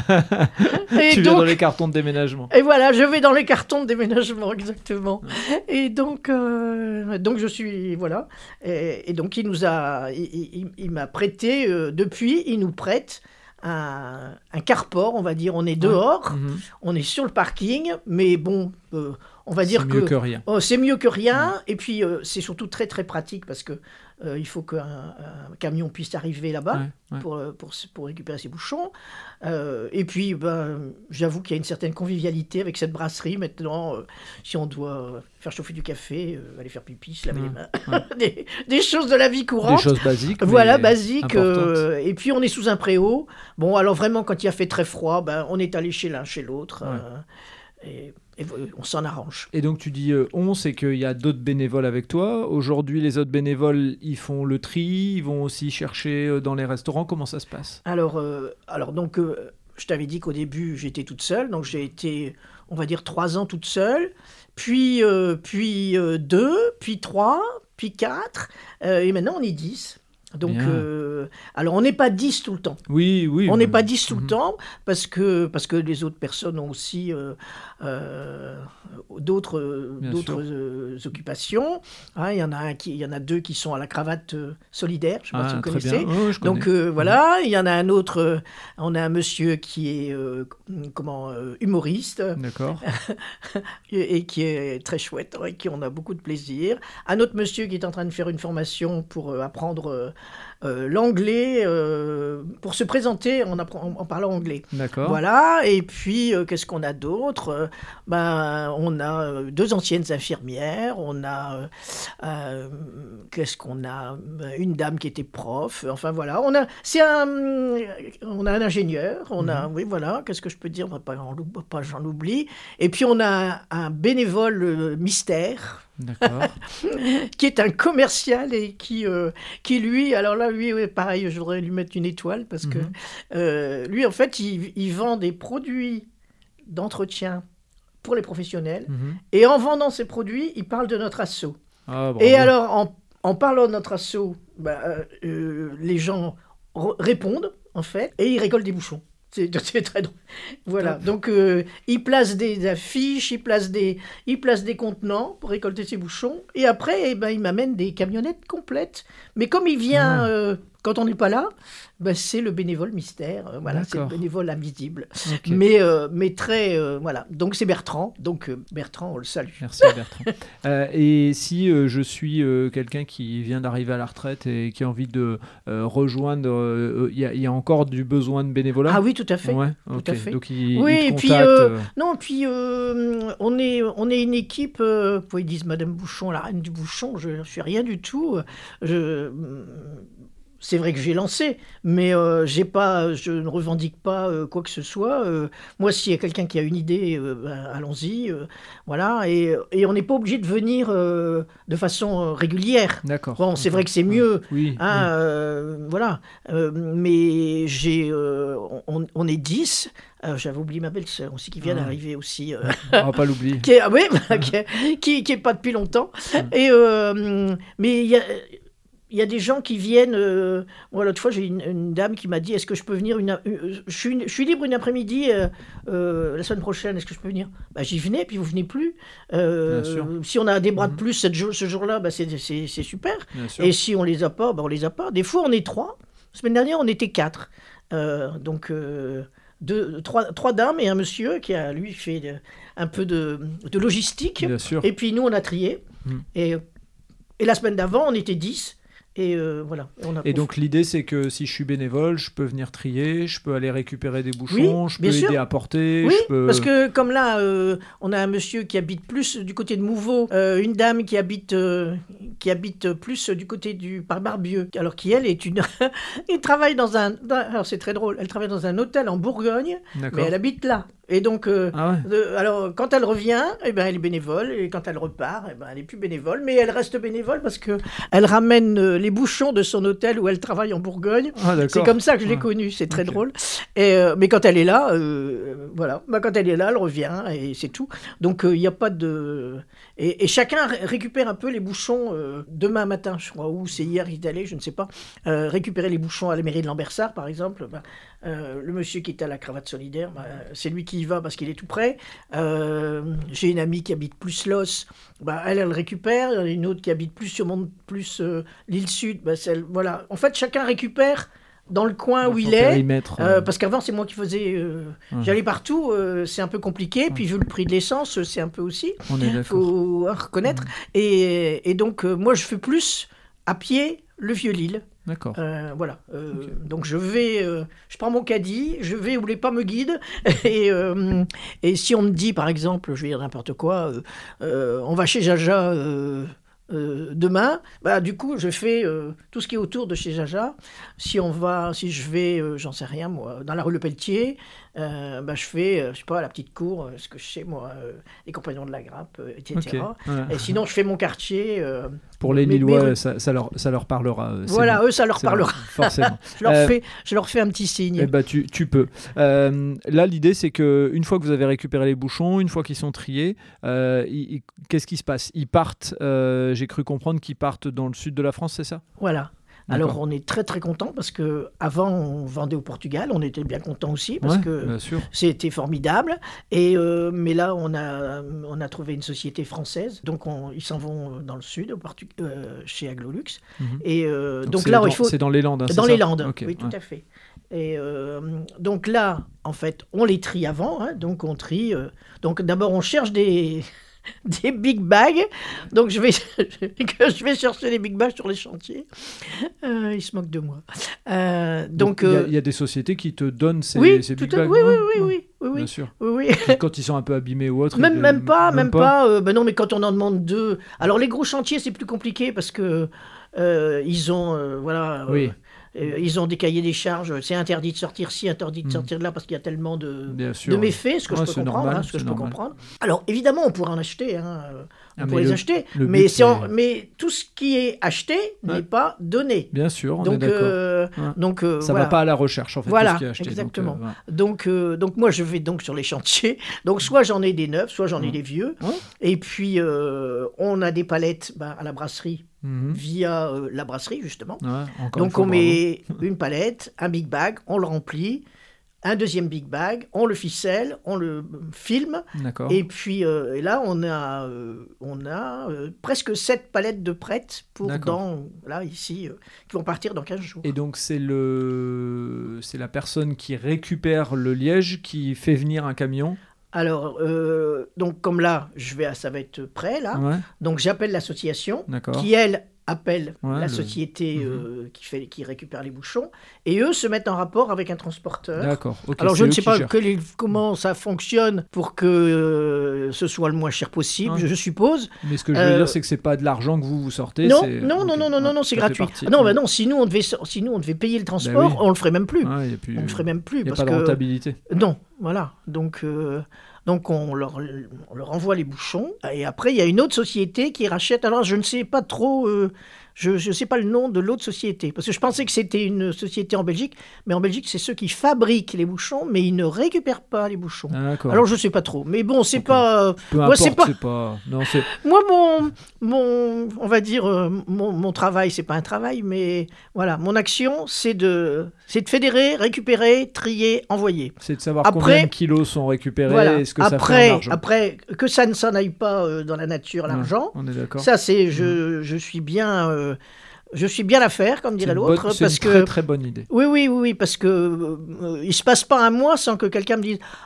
[SPEAKER 1] Tu
[SPEAKER 2] Et
[SPEAKER 1] viens dans
[SPEAKER 2] donc,
[SPEAKER 1] les cartons de déménagement.
[SPEAKER 2] et voilà, je vais dans les cartons de déménagement, exactement. Et donc, euh, donc je suis, voilà. Et, et donc, il nous a, il, il- il m'a prêté, euh, depuis, il nous prête un, un carport, on va dire. On est dehors,
[SPEAKER 1] Mhm.
[SPEAKER 2] on est sur le parking, mais bon, euh, on va dire
[SPEAKER 1] C'est mieux
[SPEAKER 2] que,
[SPEAKER 1] que rien.
[SPEAKER 2] oh, c'est mieux que rien. Et puis, euh, c'est surtout très, très pratique parce que euh, il faut qu'un un camion puisse arriver là-bas.
[SPEAKER 1] Ouais, ouais.
[SPEAKER 2] Pour, euh, pour, s- pour récupérer ses bouchons. Euh, et puis, ben, j'avoue qu'il y a une certaine convivialité avec cette brasserie. Maintenant, euh, si on doit euh, faire chauffer du café, euh, aller faire pipi, se laver
[SPEAKER 1] Ouais,
[SPEAKER 2] les mains,
[SPEAKER 1] ouais.
[SPEAKER 2] des, des choses de la vie
[SPEAKER 1] Des
[SPEAKER 2] courante.
[SPEAKER 1] choses basiques.
[SPEAKER 2] Voilà,
[SPEAKER 1] mais
[SPEAKER 2] basique.
[SPEAKER 1] importantes.
[SPEAKER 2] euh, et puis, on est sous un préau. Bon, alors vraiment, quand il a fait très froid, ben, on est allé chez l'un, chez l'autre.
[SPEAKER 1] Ouais.
[SPEAKER 2] euh, et, et on s'en arrange.
[SPEAKER 1] Et donc tu dis euh, on, c'est qu'il y a d'autres bénévoles avec toi. Aujourd'hui, les autres bénévoles, ils font le tri, ils vont aussi chercher euh, dans les restaurants. Comment ça se passe?
[SPEAKER 2] Alors, euh, alors donc, euh, je t'avais dit qu'au début, j'étais toute seule. Donc, j'ai été, on va dire, trois ans toute seule. Puis, euh, puis euh, deux, puis trois, puis quatre. Euh, et maintenant, on est dix. Donc,
[SPEAKER 1] Bien.
[SPEAKER 2] euh, alors, on n'est pas dix tout le temps.
[SPEAKER 1] Oui, oui.
[SPEAKER 2] On n'est
[SPEAKER 1] mais-
[SPEAKER 2] pas dix tout le
[SPEAKER 1] Mhm.
[SPEAKER 2] temps parce que, parce que les autres personnes ont aussi euh, euh, d'autres euh,
[SPEAKER 1] Bien
[SPEAKER 2] d'autres
[SPEAKER 1] sûr.
[SPEAKER 2] euh, occupations. Hein, il y en a un qui, il y en a deux qui sont à la cravate euh, solidaire. Je ne sais pas si
[SPEAKER 1] Ah,
[SPEAKER 2] vous
[SPEAKER 1] très
[SPEAKER 2] connaissez.
[SPEAKER 1] bien. Ouais, ouais, je connais.
[SPEAKER 2] Donc euh, voilà, il y en a un autre, euh, on a un monsieur qui est euh, comment euh, humoriste
[SPEAKER 1] D'accord.
[SPEAKER 2] et, et qui est très chouette, avec qui on a beaucoup de plaisir. Un autre monsieur qui est en train de faire une formation pour euh, apprendre euh, euh, l'anglais, euh, pour se présenter en, appre- en, en parlant anglais.
[SPEAKER 1] D'accord.
[SPEAKER 2] Voilà, et puis euh, qu'est-ce qu'on a d'autre? Euh, ben, on a euh, deux anciennes infirmières, on a, euh, euh, qu'est-ce qu'on a? Ben, une dame qui était prof, enfin voilà, on a, c'est un, on a un ingénieur, on a,
[SPEAKER 1] Mhm.
[SPEAKER 2] oui voilà, qu'est-ce que je peux dire? Pas, j'en oublie- pas j'en oublie. Et puis on a un, un bénévole euh, mystère,
[SPEAKER 1] D'accord.
[SPEAKER 2] qui est un commercial et qui, euh, qui lui, alors là, lui, ouais, pareil, je voudrais lui mettre une étoile parce que
[SPEAKER 1] Mhm.
[SPEAKER 2] euh, lui, en fait, il, il vend des produits d'entretien pour les professionnels
[SPEAKER 1] Mhm.
[SPEAKER 2] et en vendant ces produits, il parle de notre asso.
[SPEAKER 1] Ah, bravo.
[SPEAKER 2] Et alors, en, en parlant de notre asso, bah, euh, euh, les gens r- répondent, en fait, et ils récoltent des bouchons. C'est c'est très drôle. Voilà.
[SPEAKER 1] Top.
[SPEAKER 2] Donc, euh, il place des affiches, il place des, il place des contenants pour récolter ses bouchons. Et après, eh ben, il m'amène des camionnettes complètes. Mais comme il vient
[SPEAKER 1] Ah.
[SPEAKER 2] euh, quand on n'est pas là, ben, c'est le bénévole mystère. Euh, voilà, c'est le
[SPEAKER 1] D'accord.
[SPEAKER 2] bénévole invisible.
[SPEAKER 1] Ok.
[SPEAKER 2] Mais, euh, mais très. euh, voilà. Donc, c'est Bertrand. Donc, euh, Bertrand, on le salue.
[SPEAKER 1] Merci Bertrand. Euh, et si euh, je suis euh, quelqu'un qui vient d'arriver à la retraite et qui a envie de euh, rejoindre, euh, il y, a- il y a encore du besoin de bénévolat?
[SPEAKER 2] Ah oui, tout à fait.
[SPEAKER 1] Ouais,
[SPEAKER 2] tout
[SPEAKER 1] ok.
[SPEAKER 2] à fait.
[SPEAKER 1] Donc il,
[SPEAKER 2] Oui,
[SPEAKER 1] il
[SPEAKER 2] et
[SPEAKER 1] te
[SPEAKER 2] puis,
[SPEAKER 1] contacte.
[SPEAKER 2] euh,
[SPEAKER 1] euh,
[SPEAKER 2] Non, puis euh, on, est, on est une équipe, euh, ils disent Madame Bouchon, la reine du bouchon, je ne suis rien du tout. Je, c'est vrai que j'ai lancé, mais euh, j'ai pas, je ne revendique pas euh, quoi que ce soit. Euh, moi, s'il y a quelqu'un qui a une idée, euh, ben, allons-y. euh, voilà, et, et on n'est pas obligé de venir euh, de façon euh, régulière.
[SPEAKER 1] D'accord.
[SPEAKER 2] Bon, c'est
[SPEAKER 1] ok.
[SPEAKER 2] vrai que c'est mieux.
[SPEAKER 1] Oui.
[SPEAKER 2] Hein, euh, voilà. Euh, mais j'ai, euh, on, on est dix. Euh, j'avais oublié ma belle-sœur aussi qui vient
[SPEAKER 1] Ah.
[SPEAKER 2] d'arriver aussi. euh,
[SPEAKER 1] oui. On va pas l'oublier.
[SPEAKER 2] qui est, ah oui, voilà, qui, est, qui, qui est pas depuis longtemps. Et, euh, mais il y a, il y a des gens qui viennent. Euh, moi, l'autre fois, j'ai une, une dame qui m'a dit est-ce que je peux venir une, une- je, suis, je suis libre une après-midi euh, euh, la semaine prochaine, est-ce que je peux venir? Bah, j'y venais, puis vous venez plus. Euh,
[SPEAKER 1] Bien sûr.
[SPEAKER 2] si on a des bras de
[SPEAKER 1] Mhm.
[SPEAKER 2] plus cette jour- ce jour-là, bah, c'est, c'est, c'est super.
[SPEAKER 1] Bien sûr.
[SPEAKER 2] Et si on les a pas, bah, on les a pas. Des fois, on est trois. La semaine dernière, on était quatre. Euh, donc, euh, deux, trois, trois dames et un monsieur qui a, lui, fait de- un peu de, de logistique.
[SPEAKER 1] Bien sûr.
[SPEAKER 2] Et puis, nous, on a trié.
[SPEAKER 1] Mm.
[SPEAKER 2] Et, et la semaine d'avant, on était dix. Et euh, voilà. Et, on a
[SPEAKER 1] et donc l'idée c'est que si je suis bénévole, je peux venir trier, je peux aller récupérer des bouchons,
[SPEAKER 2] oui,
[SPEAKER 1] je peux aider
[SPEAKER 2] sûr.
[SPEAKER 1] à porter.
[SPEAKER 2] Oui,
[SPEAKER 1] je peux...
[SPEAKER 2] parce que comme là, euh, on a un monsieur qui habite plus du côté de Mouveau, euh, une dame qui habite, euh, qui habite plus du côté du par Barbieux, alors qui elle est une, elle travaille dans un, dans... alors c'est très drôle, elle travaille dans un hôtel en Bourgogne, mais elle habite là. Et donc, euh,
[SPEAKER 1] ah ouais.
[SPEAKER 2] de, alors quand elle revient, eh ben elle est bénévole, et quand elle repart, eh ben elle est plus bénévole, mais elle reste bénévole parce que elle ramène euh, les bouchons de son hôtel où elle travaille en Bourgogne.
[SPEAKER 1] Ah,
[SPEAKER 2] c'est comme ça que je l'ai ouais. connue, c'est très okay. drôle. Et, euh, mais quand elle est là, euh, voilà, bah, quand elle est là, elle revient et c'est tout. Donc il euh, n'y a pas de et, et chacun ré- récupère un peu les bouchons euh, demain matin, je crois, ou c'est hier qu'il est allé, je ne sais pas, euh, récupérer les bouchons à la mairie de Lambersart, par exemple. Bah, Euh, le monsieur qui est à la cravate solidaire, bah, c'est lui qui y va parce qu'il est tout près. Euh, j'ai une amie qui habite plus Los, bah, elle, elle récupère. Il y en a une autre qui habite plus sur mon, plus euh, l'île Sud. Bah, celle, voilà. En fait, chacun récupère dans le coin dans où il est. Euh, euh... Parce qu'avant, c'est moi qui faisais. Euh, mmh. J'allais partout, euh, c'est un peu compliqué. Mmh. Puis, vu le prix de l'essence, c'est un peu aussi.
[SPEAKER 1] On est d'accord.
[SPEAKER 2] Faut reconnaître. Mmh. Et, et donc, euh, moi, je fais plus à pied le Vieux-Lille.
[SPEAKER 1] D'accord.
[SPEAKER 2] Euh, voilà. Euh, okay. Donc je vais, euh, je prends mon caddie, je vais où les pas me guident. et, euh, et si on me dit, par exemple, je vais dire n'importe quoi, euh, euh, on va chez Jaja euh, euh, demain, bah du coup je fais euh, tout ce qui est autour de chez Jaja. Si on va, si je vais, euh, j'en sais rien moi, dans la rue Le Pelletier. Euh, bah, je fais, euh, je sais pas, à la petite cour, euh, ce que je sais, moi, euh, les compagnons de la grappe, euh, et cetera. Okay. Ouais. Et sinon, je fais mon quartier. Euh,
[SPEAKER 1] Pour les Lillois, mes... ça, ça, leur, ça leur parlera. Euh,
[SPEAKER 2] voilà,
[SPEAKER 1] bon.
[SPEAKER 2] eux, ça leur
[SPEAKER 1] c'est
[SPEAKER 2] parlera.
[SPEAKER 1] Bon, forcément.
[SPEAKER 2] je, leur
[SPEAKER 1] euh,
[SPEAKER 2] fais, je leur fais un petit signe.
[SPEAKER 1] Eh ben, tu, tu peux. Euh, là, l'idée, c'est qu'une fois que vous avez récupéré les bouchons, une fois qu'ils sont triés, euh, ils, ils, qu'est-ce qui se passe ? Ils partent, euh, j'ai cru comprendre qu'ils partent dans le sud de la France, c'est ça ?
[SPEAKER 2] Voilà. D'accord. Alors on est très très content parce que avant on vendait au Portugal, on était bien content aussi parce
[SPEAKER 1] ouais,
[SPEAKER 2] que c'était formidable. Et euh, mais là on a on a trouvé une société française, donc on, ils s'en vont dans le sud, au Portu- euh, chez Aglolux. Mm-hmm. Et euh, donc,
[SPEAKER 1] donc
[SPEAKER 2] là
[SPEAKER 1] dans,
[SPEAKER 2] il faut
[SPEAKER 1] c'est dans les Landes. Hein,
[SPEAKER 2] dans
[SPEAKER 1] c'est
[SPEAKER 2] les
[SPEAKER 1] ça
[SPEAKER 2] Landes,
[SPEAKER 1] okay,
[SPEAKER 2] oui tout
[SPEAKER 1] ouais.
[SPEAKER 2] à fait. Et euh, donc là en fait on les trie avant, hein, donc on trie. Euh, donc d'abord on cherche des des big bags, donc je vais, je vais chercher les big bags sur les chantiers. Euh, ils se moquent de moi. Euh, donc il
[SPEAKER 1] donc,
[SPEAKER 2] euh...
[SPEAKER 1] y, y a des sociétés qui te donnent ces,
[SPEAKER 2] oui,
[SPEAKER 1] ces big
[SPEAKER 2] à...
[SPEAKER 1] bags.
[SPEAKER 2] Oui, oui, oui,
[SPEAKER 1] ouais.
[SPEAKER 2] oui, oui, oui,
[SPEAKER 1] bien sûr.
[SPEAKER 2] Oui, oui.
[SPEAKER 1] Quand ils sont un peu abîmés ou autre.
[SPEAKER 2] Même,
[SPEAKER 1] ils...
[SPEAKER 2] même pas, même,
[SPEAKER 1] même pas.
[SPEAKER 2] pas euh, ben non, mais quand on en demande deux. Alors les gros chantiers, c'est plus compliqué parce que euh, ils ont, euh, voilà.
[SPEAKER 1] Oui.
[SPEAKER 2] Euh, ils ont des cahiers des charges, c'est interdit de sortir ci, interdit de
[SPEAKER 1] mmh.
[SPEAKER 2] sortir de là parce qu'il y a tellement de,
[SPEAKER 1] sûr,
[SPEAKER 2] de méfaits, ce que
[SPEAKER 1] ouais,
[SPEAKER 2] je peux comprendre.
[SPEAKER 1] Normal,
[SPEAKER 2] hein, ce que je
[SPEAKER 1] normal.
[SPEAKER 2] peux comprendre. Alors évidemment, on pourrait en acheter, hein, on
[SPEAKER 1] ah,
[SPEAKER 2] pourrait les
[SPEAKER 1] le,
[SPEAKER 2] acheter,
[SPEAKER 1] le
[SPEAKER 2] mais,
[SPEAKER 1] c'est...
[SPEAKER 2] En, mais tout ce qui est acheté ouais. n'est pas donné.
[SPEAKER 1] Bien sûr, on
[SPEAKER 2] donc,
[SPEAKER 1] est d'accord.
[SPEAKER 2] Euh,
[SPEAKER 1] ouais.
[SPEAKER 2] donc, euh,
[SPEAKER 1] ça
[SPEAKER 2] voilà.
[SPEAKER 1] va pas à la recherche en fait.
[SPEAKER 2] Voilà,
[SPEAKER 1] tout ce qui est acheté,
[SPEAKER 2] exactement.
[SPEAKER 1] Donc, euh, ouais.
[SPEAKER 2] donc, euh, donc moi, je vais donc sur les chantiers. Donc soit j'en ai des neufs, soit j'en ai
[SPEAKER 1] ouais.
[SPEAKER 2] des vieux.
[SPEAKER 1] Ouais.
[SPEAKER 2] Et puis euh, on a des palettes bah, à la brasserie. Mmh. Via euh, la brasserie justement.
[SPEAKER 1] Ouais,
[SPEAKER 2] donc
[SPEAKER 1] fois,
[SPEAKER 2] on met une palette, un big bag, on le remplit, un deuxième big bag, on le ficelle, on le filme.
[SPEAKER 1] D'accord.
[SPEAKER 2] Et puis euh, et là on a euh, on a euh, presque sept palettes de prêtes pour D'accord. dans là ici euh, qui vont partir dans quinze jours.
[SPEAKER 1] Et donc c'est le c'est la personne qui récupère le liège qui fait venir un camion.
[SPEAKER 2] Alors, euh, donc comme là, je vais, ça va être prêt, là.
[SPEAKER 1] Ouais.
[SPEAKER 2] Donc, j'appelle l'association,
[SPEAKER 1] D'accord.
[SPEAKER 2] qui, elle, appelle
[SPEAKER 1] ouais,
[SPEAKER 2] la
[SPEAKER 1] le...
[SPEAKER 2] société
[SPEAKER 1] mmh.
[SPEAKER 2] euh, qui, fait, qui récupère les bouchons, et eux se mettent en rapport avec un transporteur.
[SPEAKER 1] D'accord. Okay,
[SPEAKER 2] Alors, je ne sais pas
[SPEAKER 1] gèrent.
[SPEAKER 2] que les, comment ça fonctionne pour que euh, ce soit le moins cher possible, ouais. je suppose.
[SPEAKER 1] Mais ce que je veux euh... dire, c'est que c'est pas de l'argent que vous vous sortez.
[SPEAKER 2] Non,
[SPEAKER 1] c'est...
[SPEAKER 2] non,
[SPEAKER 1] okay.
[SPEAKER 2] non, non, non, non, non, c'est gratuit.
[SPEAKER 1] Partie,
[SPEAKER 2] ah non,
[SPEAKER 1] ouais.
[SPEAKER 2] bah non, si nous on devait, si nous on devait payer le transport,
[SPEAKER 1] bah oui.
[SPEAKER 2] on le ferait même plus.
[SPEAKER 1] Ah, y a plus.
[SPEAKER 2] On le ferait même plus
[SPEAKER 1] y a
[SPEAKER 2] parce
[SPEAKER 1] pas de
[SPEAKER 2] que
[SPEAKER 1] rentabilité.
[SPEAKER 2] Non, voilà. Donc. Euh... Donc on leur, on leur envoie les bouchons et après il y a une autre société qui rachète. Alors je ne sais pas trop, euh, je ne sais pas le nom de l'autre société parce que je pensais que c'était une société en Belgique, mais en Belgique c'est ceux qui fabriquent les bouchons, mais ils ne récupèrent pas les bouchons.
[SPEAKER 1] Ah,
[SPEAKER 2] alors je ne sais pas trop, mais bon c'est okay. pas.
[SPEAKER 1] Peu
[SPEAKER 2] moi
[SPEAKER 1] importe,
[SPEAKER 2] c'est pas.
[SPEAKER 1] C'est pas... Non, c'est...
[SPEAKER 2] Moi mon mon on va dire euh, mon, mon travail c'est pas un travail, mais voilà mon action c'est de c'est de fédérer, récupérer, trier, envoyer.
[SPEAKER 1] C'est de savoir
[SPEAKER 2] après,
[SPEAKER 1] combien de kilos sont récupérés.
[SPEAKER 2] Voilà.
[SPEAKER 1] Et ce que
[SPEAKER 2] après,
[SPEAKER 1] ça fait en argent.
[SPEAKER 2] Après, que ça ne s'en aille pas euh, dans la nature, l'argent.
[SPEAKER 1] Ouais, on est d'accord.
[SPEAKER 2] Ça, c'est, je, je suis bien, euh, je suis bien l'affaire, comme dirait l'autre,
[SPEAKER 1] bonne, c'est
[SPEAKER 2] parce
[SPEAKER 1] une
[SPEAKER 2] que
[SPEAKER 1] très très bonne idée.
[SPEAKER 2] Oui, oui, oui, oui parce que euh, il se passe pas un mois sans que quelqu'un me dise ah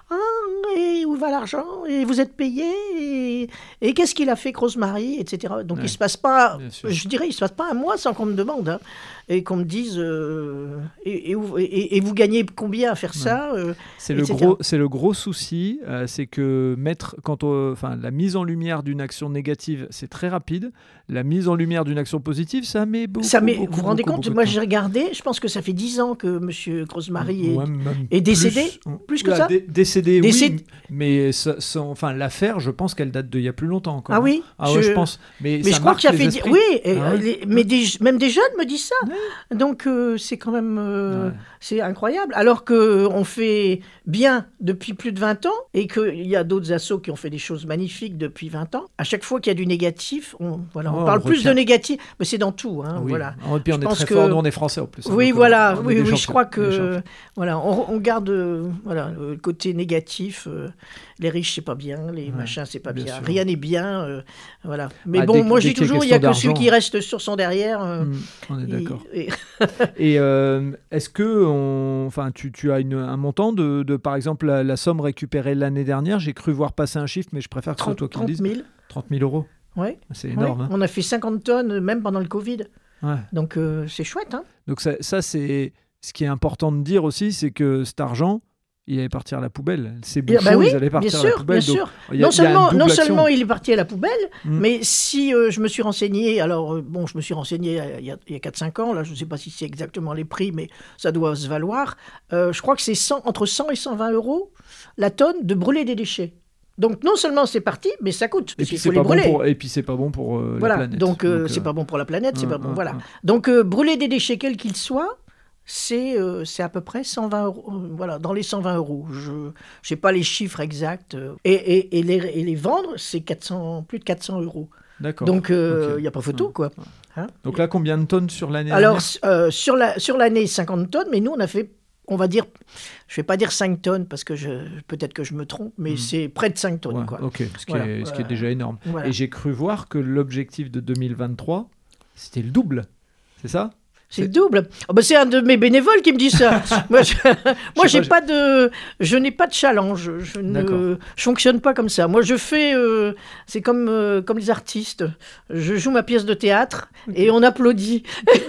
[SPEAKER 2] et où va l'argent, et vous êtes payé, et, et qu'est-ce qu'il a fait Rosemary, et cetera. Donc, ouais. il se passe pas, je dirais, il se passe pas un mois sans qu'on me demande, hein, et qu'on me dise, euh, et, et, et, et vous gagnez combien à faire ouais. ça euh,
[SPEAKER 1] c'est, le gros, c'est le gros souci, euh, c'est que mettre, quand on, enfin, la mise en lumière d'une action négative, c'est très rapide. La mise en lumière d'une action positive, ça met beaucoup,
[SPEAKER 2] ça met,
[SPEAKER 1] beaucoup,
[SPEAKER 2] vous vous rendez
[SPEAKER 1] beaucoup,
[SPEAKER 2] compte,
[SPEAKER 1] beaucoup
[SPEAKER 2] moi j'ai regardé, je pense que ça fait dix ans que M. Rosemary est, ouais, est décédé, plus, plus que
[SPEAKER 1] là,
[SPEAKER 2] ça
[SPEAKER 1] dé- Décédé,
[SPEAKER 2] Décédé.
[SPEAKER 1] oui, mais ça, ça, enfin, l'affaire, je pense qu'elle date d'il y a plus longtemps encore.
[SPEAKER 2] Ah oui
[SPEAKER 1] Ah ouais, je, je pense. Mais,
[SPEAKER 2] mais
[SPEAKER 1] ça
[SPEAKER 2] je crois que ça fait...
[SPEAKER 1] esprits.
[SPEAKER 2] Oui,
[SPEAKER 1] ah ouais.
[SPEAKER 2] les, mais des, même des jeunes me disent ça. Ouais. Donc euh, c'est quand même... Euh, ouais. C'est incroyable. Alors qu'on fait bien depuis plus de vingt ans et qu'il y a d'autres assos qui ont fait des choses magnifiques depuis vingt ans. À chaque fois qu'il y a du négatif, on, voilà, on oh, parle on plus de négatif, mais c'est dans tout. Hein,
[SPEAKER 1] oui.
[SPEAKER 2] voilà.
[SPEAKER 1] Et puis on
[SPEAKER 2] je
[SPEAKER 1] est
[SPEAKER 2] pense
[SPEAKER 1] très
[SPEAKER 2] que...
[SPEAKER 1] fort, nous on est français en plus.
[SPEAKER 2] Oui,
[SPEAKER 1] donc,
[SPEAKER 2] voilà,
[SPEAKER 1] on, on
[SPEAKER 2] oui, oui,
[SPEAKER 1] champions,
[SPEAKER 2] je crois que voilà, on, on garde euh, voilà, le côté négatif. Euh, les riches, c'est pas bien, les ouais, machins, c'est pas bien. bien. Rien n'est bien. Euh, voilà. Mais ah, bon, dès, moi je dis toujours, il y a que celui qui reste sur son derrière. Euh,
[SPEAKER 1] mmh, on est il, d'accord.
[SPEAKER 2] Et,
[SPEAKER 1] et euh, est-ce que, on, enfin, tu, tu as une, un montant de, de, par exemple, la, la somme récupérée l'année dernière? J'ai cru voir passer un chiffre, mais je préfère que ce soit toi qui le dises.
[SPEAKER 2] trente mille.
[SPEAKER 1] trente mille euros.
[SPEAKER 2] Oui.
[SPEAKER 1] C'est énorme.
[SPEAKER 2] Ouais.
[SPEAKER 1] Hein.
[SPEAKER 2] On a fait cinquante tonnes, même pendant le Covid.
[SPEAKER 1] Ouais.
[SPEAKER 2] Donc euh, c'est chouette. Hein.
[SPEAKER 1] Donc ça, ça, c'est ce qui est important de dire aussi, c'est que cet argent, il allait partir à la poubelle. Ces bouchons,
[SPEAKER 2] bah oui,
[SPEAKER 1] ils allaient partir
[SPEAKER 2] bien
[SPEAKER 1] à
[SPEAKER 2] sûr,
[SPEAKER 1] la poubelle.
[SPEAKER 2] Bien
[SPEAKER 1] donc,
[SPEAKER 2] sûr.
[SPEAKER 1] Y a,
[SPEAKER 2] non seulement, non
[SPEAKER 1] action.
[SPEAKER 2] seulement il est parti à la poubelle,
[SPEAKER 1] mmh.
[SPEAKER 2] mais si euh, je me suis renseigné, alors euh, bon, je me suis renseigné il y a, il y a quatre cinq ans, là, je ne sais pas si c'est exactement les prix, mais ça doit se valoir. Euh, je crois que c'est cent, entre cent et cent vingt euros la tonne de brûler des déchets. Donc non seulement c'est parti, mais ça coûte.
[SPEAKER 1] Et puis,
[SPEAKER 2] faut les brûler.
[SPEAKER 1] Bon pour, et puis c'est pas bon pour euh,
[SPEAKER 2] voilà.
[SPEAKER 1] la planète.
[SPEAKER 2] Donc, euh, donc c'est
[SPEAKER 1] euh...
[SPEAKER 2] pas bon pour la planète, c'est
[SPEAKER 1] euh,
[SPEAKER 2] pas bon.
[SPEAKER 1] euh,
[SPEAKER 2] voilà.
[SPEAKER 1] euh.
[SPEAKER 2] Donc euh, brûler des déchets quels qu'ils soient. C'est, euh, c'est à peu près cent vingt euros, euh, voilà, dans les cent vingt euros. Je n'ai pas les chiffres exacts. Euh, et, et, et, les, et les vendre, c'est quatre cents, plus de quatre cents euros.
[SPEAKER 1] D'accord.
[SPEAKER 2] Donc, il euh, n'y
[SPEAKER 1] okay.
[SPEAKER 2] a pas photo, quoi. Hein?
[SPEAKER 1] Donc là, combien de tonnes sur l'année?
[SPEAKER 2] Alors, euh, sur, la, sur l'année, cinquante tonnes, mais nous, on a fait, on va dire, je ne vais pas dire cinq tonnes, parce que je, peut-être que je me trompe, mais mmh. c'est près de cinq tonnes.
[SPEAKER 1] Ouais,
[SPEAKER 2] quoi.
[SPEAKER 1] Ok, ce qui,
[SPEAKER 2] voilà.
[SPEAKER 1] est, ce qui est déjà énorme.
[SPEAKER 2] Voilà.
[SPEAKER 1] Et j'ai cru voir que l'objectif de deux mille vingt-trois, c'était le double. C'est ça?
[SPEAKER 2] C'est le double. Oh bah c'est un de mes bénévoles qui me dit ça. moi, je, moi, j'ai pas, pas de, je n'ai pas de challenge. Je ne je fonctionne pas comme ça. Moi, je fais, euh, c'est comme euh, comme les artistes. Je joue ma pièce de théâtre okay. et on applaudit.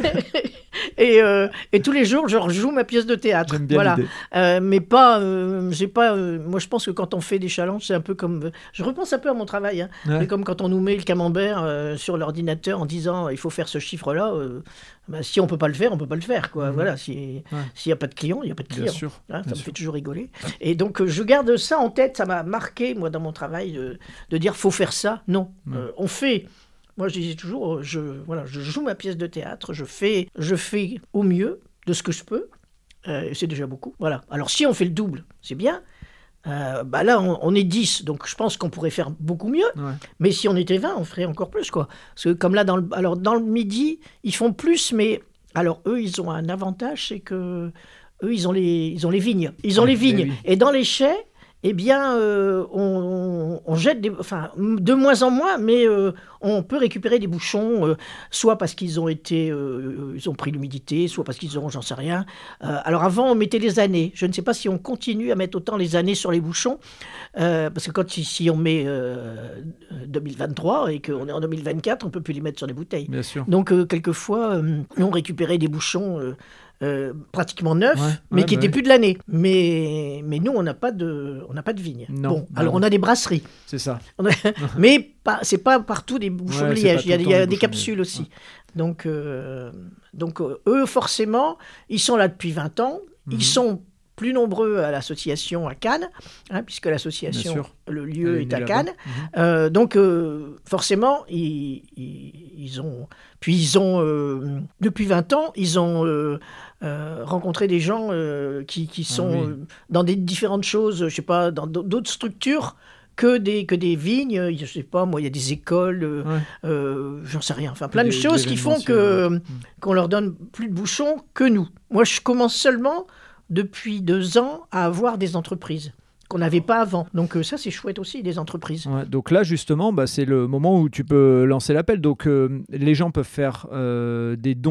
[SPEAKER 2] et, euh, et tous les jours, je rejoue ma pièce de théâtre.
[SPEAKER 1] J'aime bien
[SPEAKER 2] voilà.
[SPEAKER 1] l'idée.
[SPEAKER 2] Euh, mais pas, euh, j'ai pas. Euh, moi, je pense que quand on fait des challenges, c'est un peu comme. Je repense un peu à mon travail. Hein. Ouais. C'est comme quand on nous met le camembert euh, sur l'ordinateur en disant il faut faire ce chiffre-là. Euh, bah, si on peut pas le faire, on peut pas le faire, quoi. Mmh. Voilà, si, ouais. s'il y a pas de client, il y a pas de client.
[SPEAKER 1] Bien sûr,
[SPEAKER 2] hein,
[SPEAKER 1] bien
[SPEAKER 2] ça
[SPEAKER 1] sûr.
[SPEAKER 2] me fait toujours rigoler. Et donc, euh, je garde ça en tête. Ça m'a marqué, moi, dans mon travail, de, de dire faut faire ça. Non, mmh. euh, on fait. Moi, je disais toujours, je, voilà, je joue ma pièce de théâtre, je fais, je fais au mieux de ce que je peux. Euh, c'est déjà beaucoup. Voilà. Alors, si on fait le double, c'est bien. Euh, bah là, on, on est dix, donc je pense qu'on pourrait faire beaucoup mieux.
[SPEAKER 1] Ouais.
[SPEAKER 2] Mais si on était vingt, on ferait encore plus, quoi. Parce que comme là, dans le, alors, dans le midi, ils font plus, mais alors eux, ils ont un avantage, c'est que eux, ils ont les, ils ont les vignes. Ils ont
[SPEAKER 1] ouais,
[SPEAKER 2] les vignes.
[SPEAKER 1] Oui.
[SPEAKER 2] Et dans les chais, eh bien, euh, on, on jette des... Enfin, de moins en moins, mais euh, on peut récupérer des bouchons, euh, soit parce qu'ils ont été... Euh, ils ont pris l'humidité, soit parce qu'ils auront, j'en sais rien. Euh, alors avant, on mettait les années. Je ne sais pas si on continue à mettre autant les années sur les bouchons, euh, parce que quand si on met euh, deux mille vingt-trois et qu'on est en deux mille vingt-quatre, on ne peut plus les mettre sur les bouteilles.
[SPEAKER 1] Bien sûr.
[SPEAKER 2] Donc, euh, quelquefois, euh, on récupérait des bouchons... Euh, Euh, pratiquement neuf,
[SPEAKER 1] ouais,
[SPEAKER 2] mais
[SPEAKER 1] ouais,
[SPEAKER 2] qui
[SPEAKER 1] bah
[SPEAKER 2] n'étaient
[SPEAKER 1] ouais.
[SPEAKER 2] plus de l'année. Mais, mais nous, on n'a pas de, on n'a pas de vigne.
[SPEAKER 1] Non,
[SPEAKER 2] bon,
[SPEAKER 1] bah
[SPEAKER 2] alors
[SPEAKER 1] non.
[SPEAKER 2] on a des brasseries.
[SPEAKER 1] C'est ça.
[SPEAKER 2] mais pas, c'est pas partout des bouchons
[SPEAKER 1] ouais,
[SPEAKER 2] de liège. Il y a, il y a des,
[SPEAKER 1] des
[SPEAKER 2] capsules aussi. Ouais. Donc, euh, donc euh, eux, forcément, ils sont là depuis vingt ans. Mm-hmm. Ils sont plus nombreux à l'association à Cannes, hein, puisque l'association, le lieu est, est à Cannes. Mm-hmm. Euh, donc, euh, forcément, ils, ils, ils ont... Puis, ils ont... Euh, depuis vingt ans, ils ont... Euh, Euh, rencontrer des gens euh, qui, qui sont ah oui. euh, dans des différentes choses, je sais pas, dans d'autres structures que des, que des vignes, je sais pas, moi, il y a des écoles, euh, ouais. euh, j'en sais rien, enfin plein des, de choses qui font que, mmh. qu'on leur donne plus de bouchons que nous. Moi, je commence seulement depuis deux ans à avoir des entreprises qu'on n'avait pas avant. Donc euh, ça, c'est chouette aussi, des entreprises.
[SPEAKER 1] Ouais, donc là, justement, bah, c'est le moment où tu peux lancer l'appel. Donc euh, les gens peuvent faire euh, des dons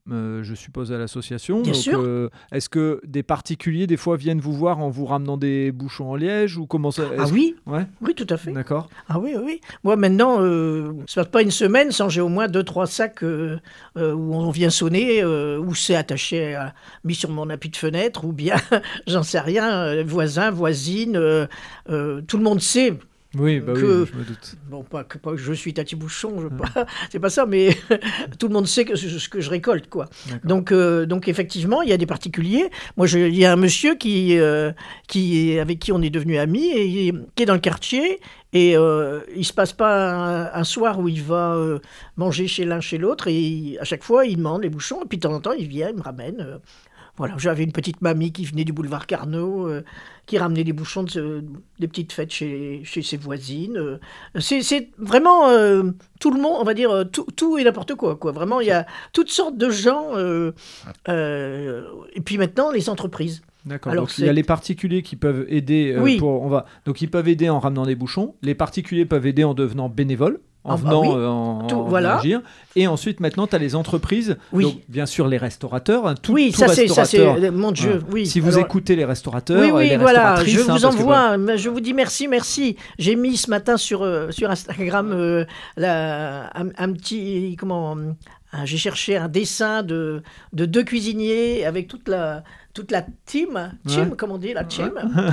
[SPEAKER 1] euh, je suppose, à l'association.
[SPEAKER 2] Bien
[SPEAKER 1] Donc,
[SPEAKER 2] sûr.
[SPEAKER 1] euh, est-ce que des particuliers, des fois, viennent vous voir en vous ramenant des bouchons en liège ou comment ça
[SPEAKER 2] Ah
[SPEAKER 1] est-ce-
[SPEAKER 2] oui,
[SPEAKER 1] Ouais,
[SPEAKER 2] oui, tout à fait.
[SPEAKER 1] d'accord.
[SPEAKER 2] Ah oui, oui, oui. Moi, maintenant, euh, ça ne passe pas une semaine sans j'ai au moins deux, trois sacs euh, euh, où on vient sonner, euh, où c'est attaché, à- mis sur mon appui de fenêtre, ou bien, j'en sais rien, euh, voisins, voisines, euh, euh, tout le monde sait.
[SPEAKER 1] Oui, bah
[SPEAKER 2] que-
[SPEAKER 1] oui, je me doute.
[SPEAKER 2] Bon, pas que, pas que je suis Tati Bouchon, je,
[SPEAKER 1] Hum.
[SPEAKER 2] pas, c'est pas ça, mais tout le monde sait que ce ce que je récolte, quoi.
[SPEAKER 1] D'accord.
[SPEAKER 2] Donc, euh, donc effectivement, il y a des particuliers. Moi, je- il y a un monsieur qui, euh, qui est, avec qui on est devenu amis, et il est- qui est dans le quartier, et euh, il se passe pas un, un soir où il va euh, manger chez l'un, chez l'autre, et il- à chaque fois, il demande les bouchons, et puis de temps en temps, il vient, il me ramène. euh, voilà, j'avais une petite mamie qui venait du boulevard Carnot, euh, qui ramenait des bouchons de ce- des petites fêtes chez, chez ses voisines. euh. C'est, c'est vraiment euh, tout le monde, on va dire, euh, tout, tout et n'importe quoi, quoi. Vraiment, il y a toutes sortes de gens. euh, euh, et puis maintenant, les entreprises.
[SPEAKER 1] D'accord.
[SPEAKER 2] Alors,
[SPEAKER 1] Donc il y a
[SPEAKER 2] c'est-
[SPEAKER 1] les particuliers qui peuvent aider. euh,
[SPEAKER 2] Oui.
[SPEAKER 1] pour, on va, donc ils peuvent aider en ramenant des bouchons. Les particuliers peuvent aider en devenant bénévoles, en
[SPEAKER 2] Ah bah
[SPEAKER 1] venant
[SPEAKER 2] oui.
[SPEAKER 1] euh, en,
[SPEAKER 2] Tout-
[SPEAKER 1] en
[SPEAKER 2] voilà.
[SPEAKER 1] agir. Et ensuite, maintenant, tu as les entreprises.
[SPEAKER 2] Oui.
[SPEAKER 1] Donc, bien sûr, les restaurateurs. hein, tout,
[SPEAKER 2] oui,
[SPEAKER 1] tout
[SPEAKER 2] ça c'est, ça c'est,
[SPEAKER 1] restaurateur.
[SPEAKER 2] mon Dieu,
[SPEAKER 1] Voilà.
[SPEAKER 2] oui.
[SPEAKER 1] Si vous
[SPEAKER 2] Alors,
[SPEAKER 1] écoutez les restaurateurs,
[SPEAKER 2] oui,
[SPEAKER 1] euh,
[SPEAKER 2] oui,
[SPEAKER 1] les
[SPEAKER 2] voilà,
[SPEAKER 1] restauratrices,
[SPEAKER 2] je
[SPEAKER 1] hein,
[SPEAKER 2] vous
[SPEAKER 1] parce que,
[SPEAKER 2] envoie, mais je vous dis merci, merci. J'ai mis ce matin sur, euh, sur Instagram euh, la- un, un petit, comment, un- j'ai cherché un dessin de, de deux cuisiniers avec toute la, toute la team, team,
[SPEAKER 1] Ouais.
[SPEAKER 2] comme on dit, la team.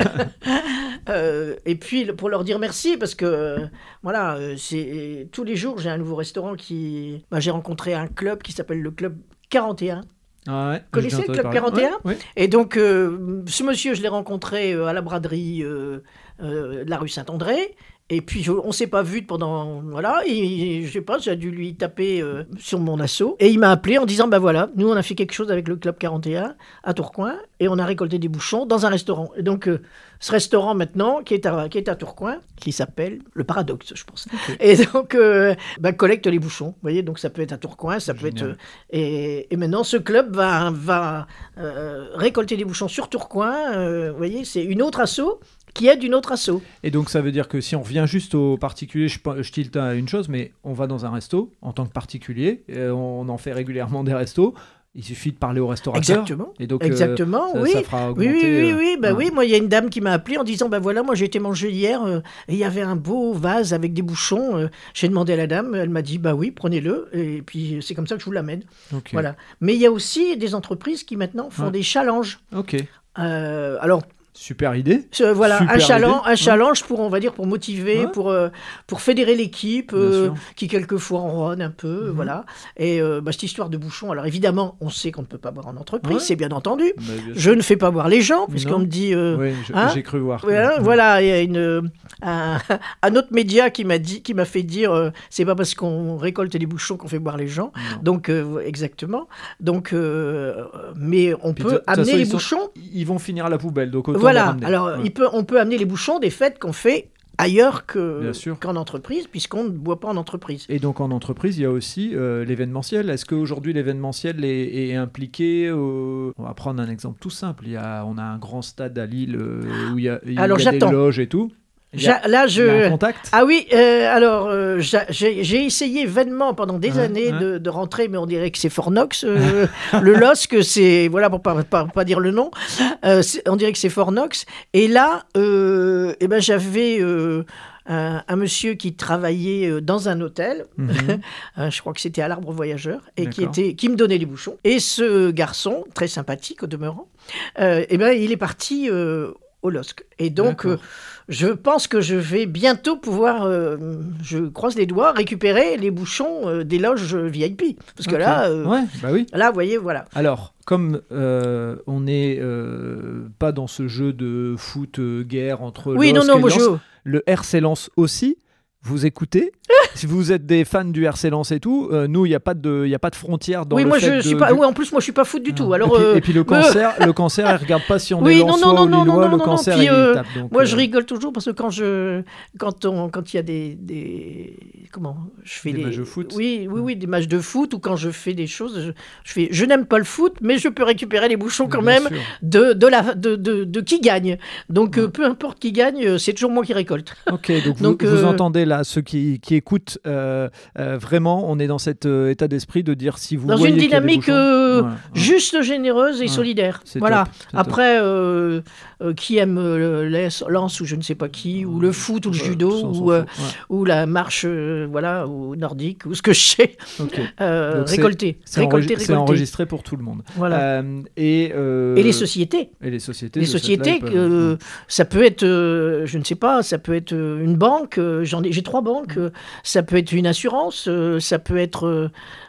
[SPEAKER 2] Euh, et puis pour leur dire merci, parce que euh, voilà, euh, c'est, tous les jours j'ai un nouveau restaurant qui, bah, j'ai rencontré un club qui s'appelle le Club quarante et un.
[SPEAKER 1] Ah ouais,
[SPEAKER 2] Connaissez
[SPEAKER 1] j'ai
[SPEAKER 2] le
[SPEAKER 1] entendu
[SPEAKER 2] Club
[SPEAKER 1] parler.
[SPEAKER 2] quarante et un?
[SPEAKER 1] Ouais, ouais.
[SPEAKER 2] Et donc, euh, ce monsieur, je l'ai rencontré euh, à la braderie euh, euh, de la rue Saint-André. Et puis, je- on ne s'est pas vu pendant... Voilà, et je sais pas, j'ai dû lui taper euh, sur mon assaut. Et il m'a appelé en disant, bah voilà, nous, on a fait quelque chose avec le Club quarante et un à Tourcoing, et on a récolté des bouchons dans un restaurant. Et donc, euh, ce restaurant, maintenant, qui est à, qui est à Tourcoing, qui s'appelle Le Paradoxe, je pense.
[SPEAKER 1] Ok.
[SPEAKER 2] Et donc, euh, bah, collecte les bouchons. Vous voyez, donc ça peut être à Tourcoing, ça peut être...
[SPEAKER 1] Génial.
[SPEAKER 2] euh, et, et maintenant, ce club va, va euh, récolter des bouchons sur Tourcoing. euh, vous voyez, c'est une autre asso qui aide une autre asso.
[SPEAKER 1] Et donc, ça veut dire que si on revient juste aux particuliers, je, je tilte à une chose, mais on va dans un resto en tant que particulier, euh, on en fait régulièrement des restos. Il suffit de parler au restaurateur.
[SPEAKER 2] Exactement.
[SPEAKER 1] Et donc, euh,
[SPEAKER 2] Exactement,
[SPEAKER 1] ça,
[SPEAKER 2] oui.
[SPEAKER 1] ça fera
[SPEAKER 2] Oui,
[SPEAKER 1] augmenter.
[SPEAKER 2] oui, oui,
[SPEAKER 1] euh,
[SPEAKER 2] oui. Bah
[SPEAKER 1] voilà.
[SPEAKER 2] oui, moi, il y a une dame qui m'a appelé en disant, bah voilà, moi, j'ai été manger hier euh, et il y avait un beau vase avec des bouchons. euh, j'ai demandé à la dame, elle m'a dit, bah oui, prenez-le. Et puis, c'est comme ça que je vous l'amène.
[SPEAKER 1] Ok.
[SPEAKER 2] Voilà. Mais il y a aussi des entreprises qui maintenant font
[SPEAKER 1] Ouais.
[SPEAKER 2] des challenges.
[SPEAKER 1] Ok.
[SPEAKER 2] Euh, alors,
[SPEAKER 1] Super idée.
[SPEAKER 2] Ce- voilà,
[SPEAKER 1] Super
[SPEAKER 2] un challenge,
[SPEAKER 1] idée.
[SPEAKER 2] un challenge pour, on va dire, pour motiver,
[SPEAKER 1] Ouais.
[SPEAKER 2] pour, euh, pour fédérer l'équipe,
[SPEAKER 1] Bien
[SPEAKER 2] euh,
[SPEAKER 1] sûr.
[SPEAKER 2] qui quelquefois ronronne un peu,
[SPEAKER 1] Mhm.
[SPEAKER 2] voilà. Et euh, bah, cette histoire de bouchon, alors évidemment, on sait qu'on ne peut pas boire en entreprise,
[SPEAKER 1] Ouais.
[SPEAKER 2] c'est bien entendu.
[SPEAKER 1] Bah, bien
[SPEAKER 2] Je ne fais pas boire les gens, puisqu'on
[SPEAKER 1] Non.
[SPEAKER 2] me dit... euh,
[SPEAKER 1] Oui, je-
[SPEAKER 2] hein
[SPEAKER 1] j'ai cru voir.
[SPEAKER 2] voilà,
[SPEAKER 1] Mm.
[SPEAKER 2] voilà, il y a une, un, un autre média qui m'a dit, qui m'a fait dire, euh, c'est pas parce qu'on récolte les bouchons qu'on fait boire les gens.
[SPEAKER 1] Non.
[SPEAKER 2] Donc euh, exactement. Donc, euh, mais on
[SPEAKER 1] Puis de-
[SPEAKER 2] peut
[SPEAKER 1] de toute
[SPEAKER 2] amener
[SPEAKER 1] façon,
[SPEAKER 2] les
[SPEAKER 1] ils sont-
[SPEAKER 2] bouchons.
[SPEAKER 1] Ils vont finir à la poubelle, donc autant les
[SPEAKER 2] Voilà.
[SPEAKER 1] ramener.
[SPEAKER 2] Alors,
[SPEAKER 1] Ouais.
[SPEAKER 2] il peut, on peut amener les bouchons des fêtes qu'on fait ailleurs que,
[SPEAKER 1] Bien sûr.
[SPEAKER 2] qu'en entreprise, puisqu'on ne boit pas en entreprise.
[SPEAKER 1] Et donc en entreprise, il y a aussi euh, l'événementiel. Est-ce qu'aujourd'hui l'événementiel est, est impliqué euh, On va prendre un exemple tout simple. Il y a, on a un grand stade à Lille euh, où il y a, il y a
[SPEAKER 2] Alors,
[SPEAKER 1] des
[SPEAKER 2] j'attends.
[SPEAKER 1] loges et tout. Il y a,
[SPEAKER 2] Ja- là,
[SPEAKER 1] il y a un
[SPEAKER 2] je...
[SPEAKER 1] contact.
[SPEAKER 2] Ah oui, euh, alors euh, j'a- j'ai j'ai essayé vainement pendant des
[SPEAKER 1] Ouais,
[SPEAKER 2] années
[SPEAKER 1] ouais.
[SPEAKER 2] De, de rentrer, mais on dirait que c'est Fornox. euh, le L O S C, c'est, voilà, pour pas, pas, pas dire le nom, euh, c'est- on dirait que c'est Fornox. Et là, euh, eh ben, j'avais euh, un, un monsieur qui travaillait euh, dans un hôtel,
[SPEAKER 1] Mhm.
[SPEAKER 2] euh, je crois que c'était à l'Arbre Voyageur, et qui,
[SPEAKER 1] D'accord.
[SPEAKER 2] était, qui me donnait les bouchons. Et ce garçon, très sympathique au demeurant, euh, eh ben, il est parti euh, au L O S C. Et donc...
[SPEAKER 1] D'accord.
[SPEAKER 2] euh, je pense que je vais bientôt pouvoir, euh, je croise les doigts, récupérer les bouchons euh, des loges V I P. Parce que
[SPEAKER 1] Ok.
[SPEAKER 2] là, euh,
[SPEAKER 1] Ouais, bah oui.
[SPEAKER 2] là, vous voyez, voilà.
[SPEAKER 1] Alors, comme euh, on n'est euh, pas dans ce jeu de foot euh, guerre entre
[SPEAKER 2] Oui,
[SPEAKER 1] l'O S
[SPEAKER 2] non,
[SPEAKER 1] C
[SPEAKER 2] non,
[SPEAKER 1] et
[SPEAKER 2] moi
[SPEAKER 1] Lens,
[SPEAKER 2] je...
[SPEAKER 1] le R C Lens aussi. Vous écoutez. Si vous êtes des fans du R C Lens et tout, euh, nous, il n'y a pas de, il y a pas de frontière dans
[SPEAKER 2] Oui,
[SPEAKER 1] le
[SPEAKER 2] moi
[SPEAKER 1] fait
[SPEAKER 2] je
[SPEAKER 1] de-
[SPEAKER 2] suis pas.
[SPEAKER 1] du-
[SPEAKER 2] Oui, en plus, moi je suis pas foot du tout.
[SPEAKER 1] Et
[SPEAKER 2] Alors,
[SPEAKER 1] puis,
[SPEAKER 2] euh,
[SPEAKER 1] et puis le
[SPEAKER 2] me-
[SPEAKER 1] cancer, le cancer, il regarde pas si on
[SPEAKER 2] Oui,
[SPEAKER 1] est
[SPEAKER 2] non,
[SPEAKER 1] lensois
[SPEAKER 2] non,
[SPEAKER 1] ou
[SPEAKER 2] non, non,
[SPEAKER 1] lillois,
[SPEAKER 2] non,
[SPEAKER 1] le
[SPEAKER 2] non,
[SPEAKER 1] cancer,
[SPEAKER 2] puis,
[SPEAKER 1] il
[SPEAKER 2] euh,
[SPEAKER 1] tape. Donc,
[SPEAKER 2] moi
[SPEAKER 1] euh,
[SPEAKER 2] je rigole toujours parce que quand je, quand on, quand il y a des, des, comment, je fais
[SPEAKER 1] Des
[SPEAKER 2] des,
[SPEAKER 1] matchs de foot.
[SPEAKER 2] Oui, oui, oui, des matchs de foot ou quand je fais des choses, je, je fais, je n'aime pas le foot, mais je peux récupérer les bouchons quand
[SPEAKER 1] bien
[SPEAKER 2] même
[SPEAKER 1] sûr.
[SPEAKER 2] de, de la, de, de, de qui gagne. Donc euh,
[SPEAKER 1] Ouais.
[SPEAKER 2] peu importe qui gagne, euh, c'est toujours moi qui récolte.
[SPEAKER 1] Ok, donc,
[SPEAKER 2] Donc,
[SPEAKER 1] vous, vous
[SPEAKER 2] euh,
[SPEAKER 1] entendez là, ceux qui, qui écoutent, euh, euh, vraiment, on est dans cet euh, état d'esprit de dire si vous
[SPEAKER 2] Dans
[SPEAKER 1] voyez
[SPEAKER 2] une
[SPEAKER 1] qu'il y a des
[SPEAKER 2] dynamique
[SPEAKER 1] bouchons-
[SPEAKER 2] euh, euh,
[SPEAKER 1] Ouais, ouais.
[SPEAKER 2] juste généreuse et
[SPEAKER 1] Ouais.
[SPEAKER 2] solidaire.
[SPEAKER 1] C'est
[SPEAKER 2] Voilà.
[SPEAKER 1] top, c'est
[SPEAKER 2] Après, euh, euh, qui aime euh, le lance ou je ne sais pas qui, ou le foot ou le
[SPEAKER 1] Ouais,
[SPEAKER 2] judo,
[SPEAKER 1] ça, on s'en
[SPEAKER 2] ou, euh,
[SPEAKER 1] fout. Ouais.
[SPEAKER 2] ou la marche euh, voilà, ou nordique, ou ce que je sais.
[SPEAKER 1] Ok.
[SPEAKER 2] Euh,
[SPEAKER 1] Donc, c'est-
[SPEAKER 2] récolter,
[SPEAKER 1] C'est,
[SPEAKER 2] récolter,
[SPEAKER 1] enregis- c'est
[SPEAKER 2] récolter.
[SPEAKER 1] enregistré pour tout le monde.
[SPEAKER 2] Voilà.
[SPEAKER 1] Euh, et, euh,
[SPEAKER 2] Et les sociétés.
[SPEAKER 1] et les sociétés.
[SPEAKER 2] Les
[SPEAKER 1] de cette
[SPEAKER 2] sociétés,
[SPEAKER 1] là, ils peuvent-
[SPEAKER 2] euh,
[SPEAKER 1] ouais.
[SPEAKER 2] ça peut être, euh, je ne sais pas, ça peut être euh, une banque. euh, J'en ai, j'ai trois banques. euh, ça peut être une assurance. euh, ça peut être. euh,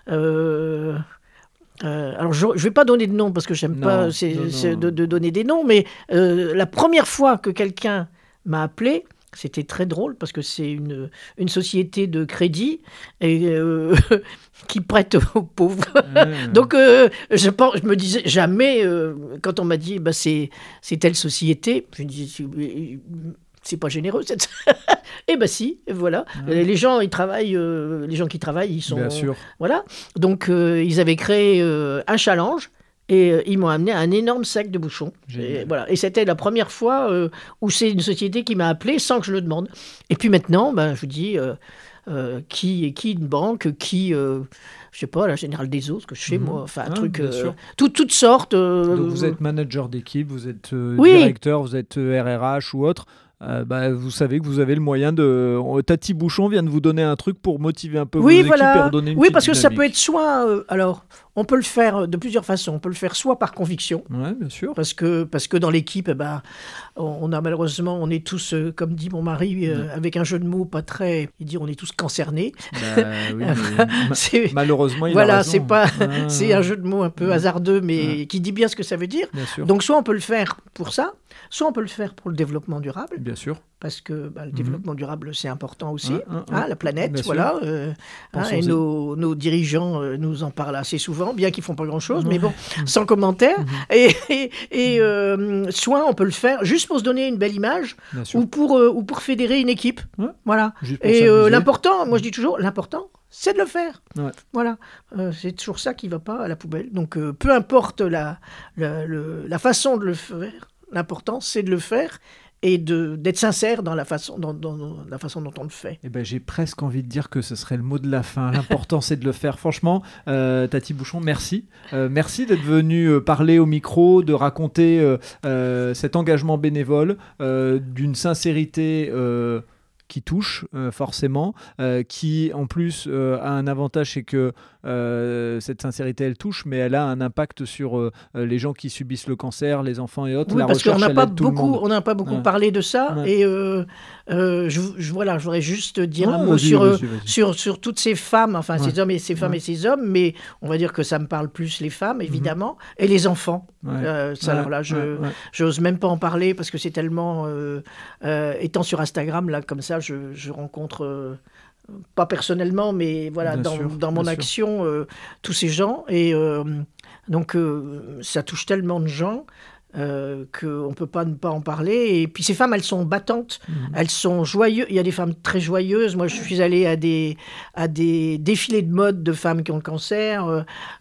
[SPEAKER 2] euh, euh, alors, je ne vais pas donner de nom parce que j'aime
[SPEAKER 1] Non,
[SPEAKER 2] pas c'est,
[SPEAKER 1] non,
[SPEAKER 2] c'est
[SPEAKER 1] non.
[SPEAKER 2] de, de donner des noms, mais euh, la première fois que quelqu'un m'a appelé, c'était très drôle parce que c'est une, une société de crédit et, euh, qui prête aux pauvres.
[SPEAKER 1] Ouais.
[SPEAKER 2] Donc, euh, je, pense, je me disais jamais, euh, quand on m'a dit bah, c'est, c'est telle société, je me dis c'est pas généreux. Cette... Eh ben si, voilà.
[SPEAKER 1] Ouais.
[SPEAKER 2] Les gens, ils travaillent, euh, les gens qui travaillent, ils sont.
[SPEAKER 1] Bien sûr.
[SPEAKER 2] Voilà. Donc, euh, ils avaient créé euh, un challenge. Et euh, ils m'ont amené un énorme sac de bouchons. Et, voilà. Et c'était la première fois euh, où c'est une société qui m'a appelé sans que je le demande. Et puis maintenant, ben, je vous dis, euh, euh, qui, qui une banque, qui, euh, je sais pas, la Générale des Eaux, ce que je sais,
[SPEAKER 1] Mhm.
[SPEAKER 2] moi, enfin un
[SPEAKER 1] Ah,
[SPEAKER 2] truc,
[SPEAKER 1] bien
[SPEAKER 2] euh,
[SPEAKER 1] sûr.
[SPEAKER 2] tout, toutes sortes. euh,
[SPEAKER 1] Donc vous êtes manager d'équipe, vous êtes euh,
[SPEAKER 2] Oui.
[SPEAKER 1] directeur, vous êtes euh, R R H ou autre. Euh, bah, vous savez que vous avez le moyen de. euh, Tati Bouchon vient de vous donner un truc pour motiver un peu
[SPEAKER 2] Oui,
[SPEAKER 1] vos
[SPEAKER 2] voilà.
[SPEAKER 1] équipes et redonner une
[SPEAKER 2] Oui,
[SPEAKER 1] petite
[SPEAKER 2] parce que ça
[SPEAKER 1] dynamique.
[SPEAKER 2] peut être soit. euh, alors, on peut le faire de plusieurs façons. On peut le faire soit par conviction.
[SPEAKER 1] Ouais, bien sûr.
[SPEAKER 2] Parce que, parce que dans l'équipe, eh ben, on on a malheureusement, on est tous, euh, comme dit mon mari, euh,
[SPEAKER 1] Ouais.
[SPEAKER 2] avec un jeu de mots pas très. Il dit on est tous concernés.
[SPEAKER 1] Bah, oui, mais ma-
[SPEAKER 2] C'est-
[SPEAKER 1] malheureusement, il a
[SPEAKER 2] Voilà,
[SPEAKER 1] raison.
[SPEAKER 2] c'est pas,
[SPEAKER 1] Ah,
[SPEAKER 2] c'est un jeu de mots un peu
[SPEAKER 1] Ouais.
[SPEAKER 2] hasardeux, mais
[SPEAKER 1] Ouais.
[SPEAKER 2] qui dit bien ce que ça veut dire.
[SPEAKER 1] Bien sûr.
[SPEAKER 2] Donc, soit on peut le faire pour ça, soit on peut le faire pour le développement durable,
[SPEAKER 1] Bien sûr.
[SPEAKER 2] parce que bah, le
[SPEAKER 1] Mhm.
[SPEAKER 2] développement durable, c'est important aussi.
[SPEAKER 1] Ouais, ouais,
[SPEAKER 2] Hein,
[SPEAKER 1] ouais.
[SPEAKER 2] la planète,
[SPEAKER 1] Bien sûr.
[SPEAKER 2] voilà. euh, hein, et
[SPEAKER 1] Pensons-y.
[SPEAKER 2] nos, nos dirigeants euh, nous en parlent assez souvent, bien qu'ils font pas grand-chose,
[SPEAKER 1] Ouais.
[SPEAKER 2] mais bon,
[SPEAKER 1] Mhm.
[SPEAKER 2] sans commentaire.
[SPEAKER 1] Mhm.
[SPEAKER 2] Et, et, et, euh, soit on peut le faire juste pour se donner une belle image,
[SPEAKER 1] Bien sûr.
[SPEAKER 2] ou pour, euh, ou pour fédérer une équipe.
[SPEAKER 1] Ouais.
[SPEAKER 2] Voilà.
[SPEAKER 1] Juste pour
[SPEAKER 2] Et euh,
[SPEAKER 1] s'amuser.
[SPEAKER 2] l'important, moi je dis toujours, l'important, c'est de le faire.
[SPEAKER 1] Ouais.
[SPEAKER 2] Voilà. Euh, c'est toujours ça qui ne va pas à la poubelle. Donc euh, peu importe la, la, le- la façon de le faire, l'important c'est de le faire et de, d'être sincère dans la, façon, dans, dans- dans la façon dont on le fait.
[SPEAKER 1] Eh ben, j'ai presque envie de dire que ce serait le mot de la fin. L'important, c'est de le faire. Franchement, euh, Tati Bouchon, merci. Euh, merci d'être venue euh, parler au micro, de raconter euh, euh, cet engagement bénévole, euh, d'une sincérité euh, qui touche euh, forcément, euh, qui en plus euh, a un avantage, c'est que euh, cette sincérité, elle touche, mais elle a un impact sur euh, les gens qui subissent le cancer, les enfants et autres.
[SPEAKER 2] Oui,
[SPEAKER 1] la
[SPEAKER 2] parce qu'on
[SPEAKER 1] recherche,
[SPEAKER 2] n'a
[SPEAKER 1] elle
[SPEAKER 2] pas
[SPEAKER 1] aide tout le
[SPEAKER 2] beaucoup,
[SPEAKER 1] monde.
[SPEAKER 2] on n'a pas beaucoup
[SPEAKER 1] Ouais.
[SPEAKER 2] parlé de ça.
[SPEAKER 1] Ouais.
[SPEAKER 2] Et euh, euh, je, je- voilà, je voudrais juste dire un
[SPEAKER 1] Ouais,
[SPEAKER 2] mot
[SPEAKER 1] vas-y,
[SPEAKER 2] sur, euh,
[SPEAKER 1] vas-y, vas-y.
[SPEAKER 2] sur, sur toutes ces femmes, enfin
[SPEAKER 1] Ouais.
[SPEAKER 2] ces hommes et ces femmes
[SPEAKER 1] Ouais.
[SPEAKER 2] et ces hommes, mais on va dire que ça me parle plus les femmes, évidemment, et les enfants.
[SPEAKER 1] Ouais.
[SPEAKER 2] Euh, ça,
[SPEAKER 1] Ouais,
[SPEAKER 2] alors là, je
[SPEAKER 1] ouais, ouais.
[SPEAKER 2] j'ose même pas en parler parce que c'est tellement... euh, euh, étant sur Instagram, là, comme ça, je, je rencontre... euh, pas personnellement, mais voilà,
[SPEAKER 1] Bien
[SPEAKER 2] dans,
[SPEAKER 1] sûr,
[SPEAKER 2] dans mon
[SPEAKER 1] bien sûr.
[SPEAKER 2] action, euh, tous ces gens. Et euh, donc, euh, ça touche tellement de gens euh, qu'on ne peut pas ne pas en parler. Et puis, ces femmes, elles sont battantes,
[SPEAKER 1] Mhm.
[SPEAKER 2] elles sont joyeuses. Il y a des femmes très joyeuses. Moi, je suis allée à des, à des défilés de mode de femmes qui ont le cancer. Euh,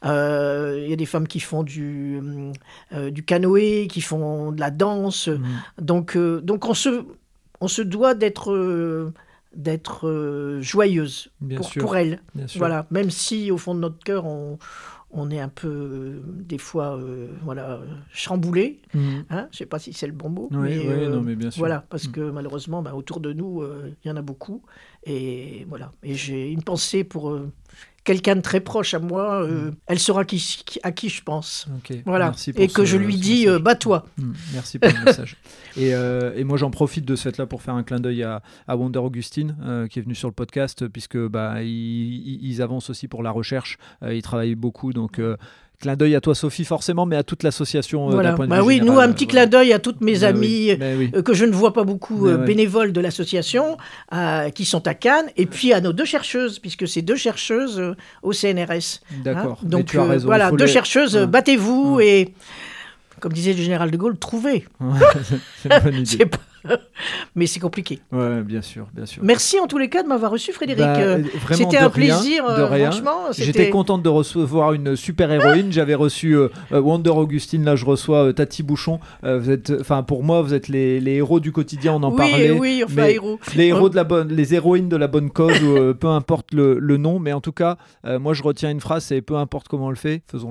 [SPEAKER 2] euh, il y a des femmes qui font du, euh, du canoë, qui font de la danse.
[SPEAKER 1] Mhm.
[SPEAKER 2] Donc, euh, donc on, se, on se doit d'être... euh, d'être euh, joyeuse
[SPEAKER 1] Bien
[SPEAKER 2] pour,
[SPEAKER 1] sûr.
[SPEAKER 2] pour elle.
[SPEAKER 1] Bien sûr.
[SPEAKER 2] Voilà, même si au fond de notre cœur, on, on est un peu, euh, des fois, euh, voilà, euh, chamboulé.
[SPEAKER 1] Mhm.
[SPEAKER 2] Hein, je ne sais pas si c'est le bon mot.
[SPEAKER 1] Oui,
[SPEAKER 2] mais,
[SPEAKER 1] oui,
[SPEAKER 2] euh,
[SPEAKER 1] non, mais bien sûr.
[SPEAKER 2] Voilà, parce
[SPEAKER 1] Mm.
[SPEAKER 2] que malheureusement, bah, autour de nous, euh, il y en a beaucoup. Et voilà. Et j'ai une pensée pour euh, quelqu'un de très proche à moi. euh,
[SPEAKER 1] Mm.
[SPEAKER 2] Elle saura qui, qui- à qui je pense.
[SPEAKER 1] Ok,
[SPEAKER 2] Voilà.
[SPEAKER 1] merci pour
[SPEAKER 2] Et que
[SPEAKER 1] ce-
[SPEAKER 2] je lui
[SPEAKER 1] ce
[SPEAKER 2] dis,
[SPEAKER 1] message.
[SPEAKER 2] euh, bats-toi.
[SPEAKER 1] Mm, merci pour le message. Et, euh, et moi, j'en profite de ce fait-là pour faire un clin d'œil à, à Wonder Augustine, euh, qui est venu sur le podcast, puisque bah, ils, ils- ils avancent aussi pour la recherche. Euh, ils travaillent beaucoup. Donc, euh, clin d'œil à toi, Sophie, forcément, mais à toute l'association. euh,
[SPEAKER 2] Voilà.
[SPEAKER 1] d'un point de
[SPEAKER 2] Bah
[SPEAKER 1] vue
[SPEAKER 2] oui,
[SPEAKER 1] général,
[SPEAKER 2] nous, un
[SPEAKER 1] euh,
[SPEAKER 2] petit
[SPEAKER 1] voilà.
[SPEAKER 2] clin d'œil à toutes mes
[SPEAKER 1] Bah
[SPEAKER 2] amies.
[SPEAKER 1] oui, bah oui.
[SPEAKER 2] euh, que je ne vois pas beaucoup
[SPEAKER 1] Mais
[SPEAKER 2] euh,
[SPEAKER 1] ouais.
[SPEAKER 2] bénévoles de l'association, euh, qui sont à Cannes, et puis à nos deux chercheuses, puisque c'est deux chercheuses euh, au C N R S.
[SPEAKER 1] D'accord.
[SPEAKER 2] Hein.
[SPEAKER 1] Mais
[SPEAKER 2] Donc
[SPEAKER 1] tu as
[SPEAKER 2] euh,
[SPEAKER 1] raison.
[SPEAKER 2] voilà,
[SPEAKER 1] il faut
[SPEAKER 2] deux
[SPEAKER 1] les-
[SPEAKER 2] chercheuses, euh,
[SPEAKER 1] Ouais.
[SPEAKER 2] battez-vous,
[SPEAKER 1] Ouais.
[SPEAKER 2] et comme disait le général de Gaulle, trouvez.
[SPEAKER 1] Ouais, c'est une bonne idée.
[SPEAKER 2] C'est pas- Mais c'est compliqué.
[SPEAKER 1] Ouais, bien sûr, bien sûr.
[SPEAKER 2] Merci en tous les cas de m'avoir reçu, Frédéric.
[SPEAKER 1] Bah,
[SPEAKER 2] Euh,
[SPEAKER 1] vraiment
[SPEAKER 2] c'était
[SPEAKER 1] de
[SPEAKER 2] un
[SPEAKER 1] rien,
[SPEAKER 2] plaisir,
[SPEAKER 1] de
[SPEAKER 2] euh,
[SPEAKER 1] rien.
[SPEAKER 2] franchement.
[SPEAKER 1] J'étais
[SPEAKER 2] c'était-
[SPEAKER 1] contente de recevoir une super héroïne. J'avais reçu euh, euh, Wonder Augustine, là je reçois euh, Tati Bouchon. Euh, vous êtes, enfin pour moi, vous êtes les, les héros du quotidien. On en
[SPEAKER 2] Oui,
[SPEAKER 1] parlait.
[SPEAKER 2] oui, enfin,
[SPEAKER 1] mais
[SPEAKER 2] héros.
[SPEAKER 1] Les héros de la bonne, les héroïnes de la bonne cause, ou, euh, peu importe le, le nom, mais en tout cas, euh, moi je retiens une phrase, c'est peu importe comment on le fait, faisons-le.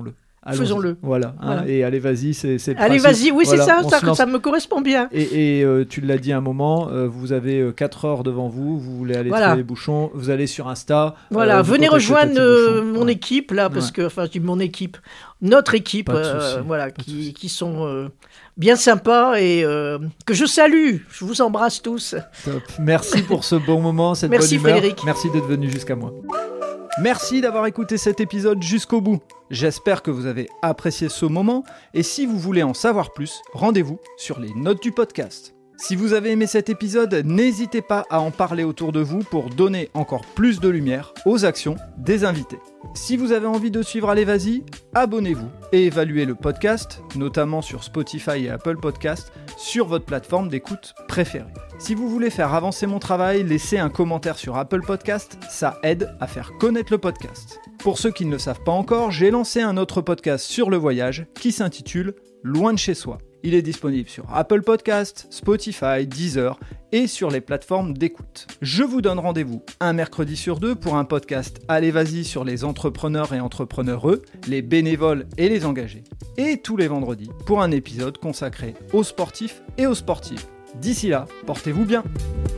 [SPEAKER 1] allons-y.
[SPEAKER 2] Faisons-le.
[SPEAKER 1] Voilà, hein,
[SPEAKER 2] Voilà.
[SPEAKER 1] et allez, vas-y, c'est, c'est le
[SPEAKER 2] Allez,
[SPEAKER 1] principe.
[SPEAKER 2] vas-y, oui,
[SPEAKER 1] Voilà,
[SPEAKER 2] c'est ça,
[SPEAKER 1] on
[SPEAKER 2] ça,
[SPEAKER 1] se lance.
[SPEAKER 2] ça me correspond bien.
[SPEAKER 1] Et, et euh, tu l'as dit un moment, euh, vous avez euh, quatre heures devant vous, vous voulez aller
[SPEAKER 2] Voilà.
[SPEAKER 1] trouver les bouchons, vous allez sur Insta.
[SPEAKER 2] Voilà,
[SPEAKER 1] euh, vous
[SPEAKER 2] venez
[SPEAKER 1] contactez
[SPEAKER 2] rejoindre
[SPEAKER 1] Tati
[SPEAKER 2] euh,
[SPEAKER 1] Bouchon.
[SPEAKER 2] mon
[SPEAKER 1] Ouais.
[SPEAKER 2] équipe, là, parce
[SPEAKER 1] Ouais.
[SPEAKER 2] que, enfin, je dis mon équipe, notre équipe,
[SPEAKER 1] Pas de
[SPEAKER 2] euh,
[SPEAKER 1] souci,
[SPEAKER 2] voilà,
[SPEAKER 1] pas de
[SPEAKER 2] qui,
[SPEAKER 1] souci.
[SPEAKER 2] qui sont euh, bien sympas et euh, que je salue. Je vous embrasse tous.
[SPEAKER 1] Top. Merci pour ce bon moment, cette
[SPEAKER 2] Merci,
[SPEAKER 1] bonne humeur.
[SPEAKER 2] Frédéric.
[SPEAKER 1] Merci d'être venu jusqu'à moi. Merci d'avoir écouté cet épisode jusqu'au bout. J'espère que vous avez apprécié ce moment et si vous voulez en savoir plus, rendez-vous sur les notes du podcast. Si vous avez aimé cet épisode, n'hésitez pas à en parler autour de vous pour donner encore plus de lumière aux actions des invités. Si vous avez envie de suivre Allez Vas-y, abonnez-vous et évaluez le podcast, notamment sur Spotify et Apple Podcasts, sur votre plateforme d'écoute préférée. Si vous voulez faire avancer mon travail, laissez un commentaire sur Apple Podcasts, ça aide à faire connaître le podcast. Pour ceux qui ne le savent pas encore, j'ai lancé un autre podcast sur le voyage qui s'intitule Loin de chez soi. Il est disponible sur Apple Podcasts, Spotify, Deezer et sur les plateformes d'écoute. Je vous donne rendez-vous un mercredi sur deux pour un podcast Allez Vas-y sur les entrepreneurs et entrepreneureux, les bénévoles et les engagés. Et tous les vendredis pour un épisode consacré aux sportifs et aux sportives. D'ici là, portez-vous bien.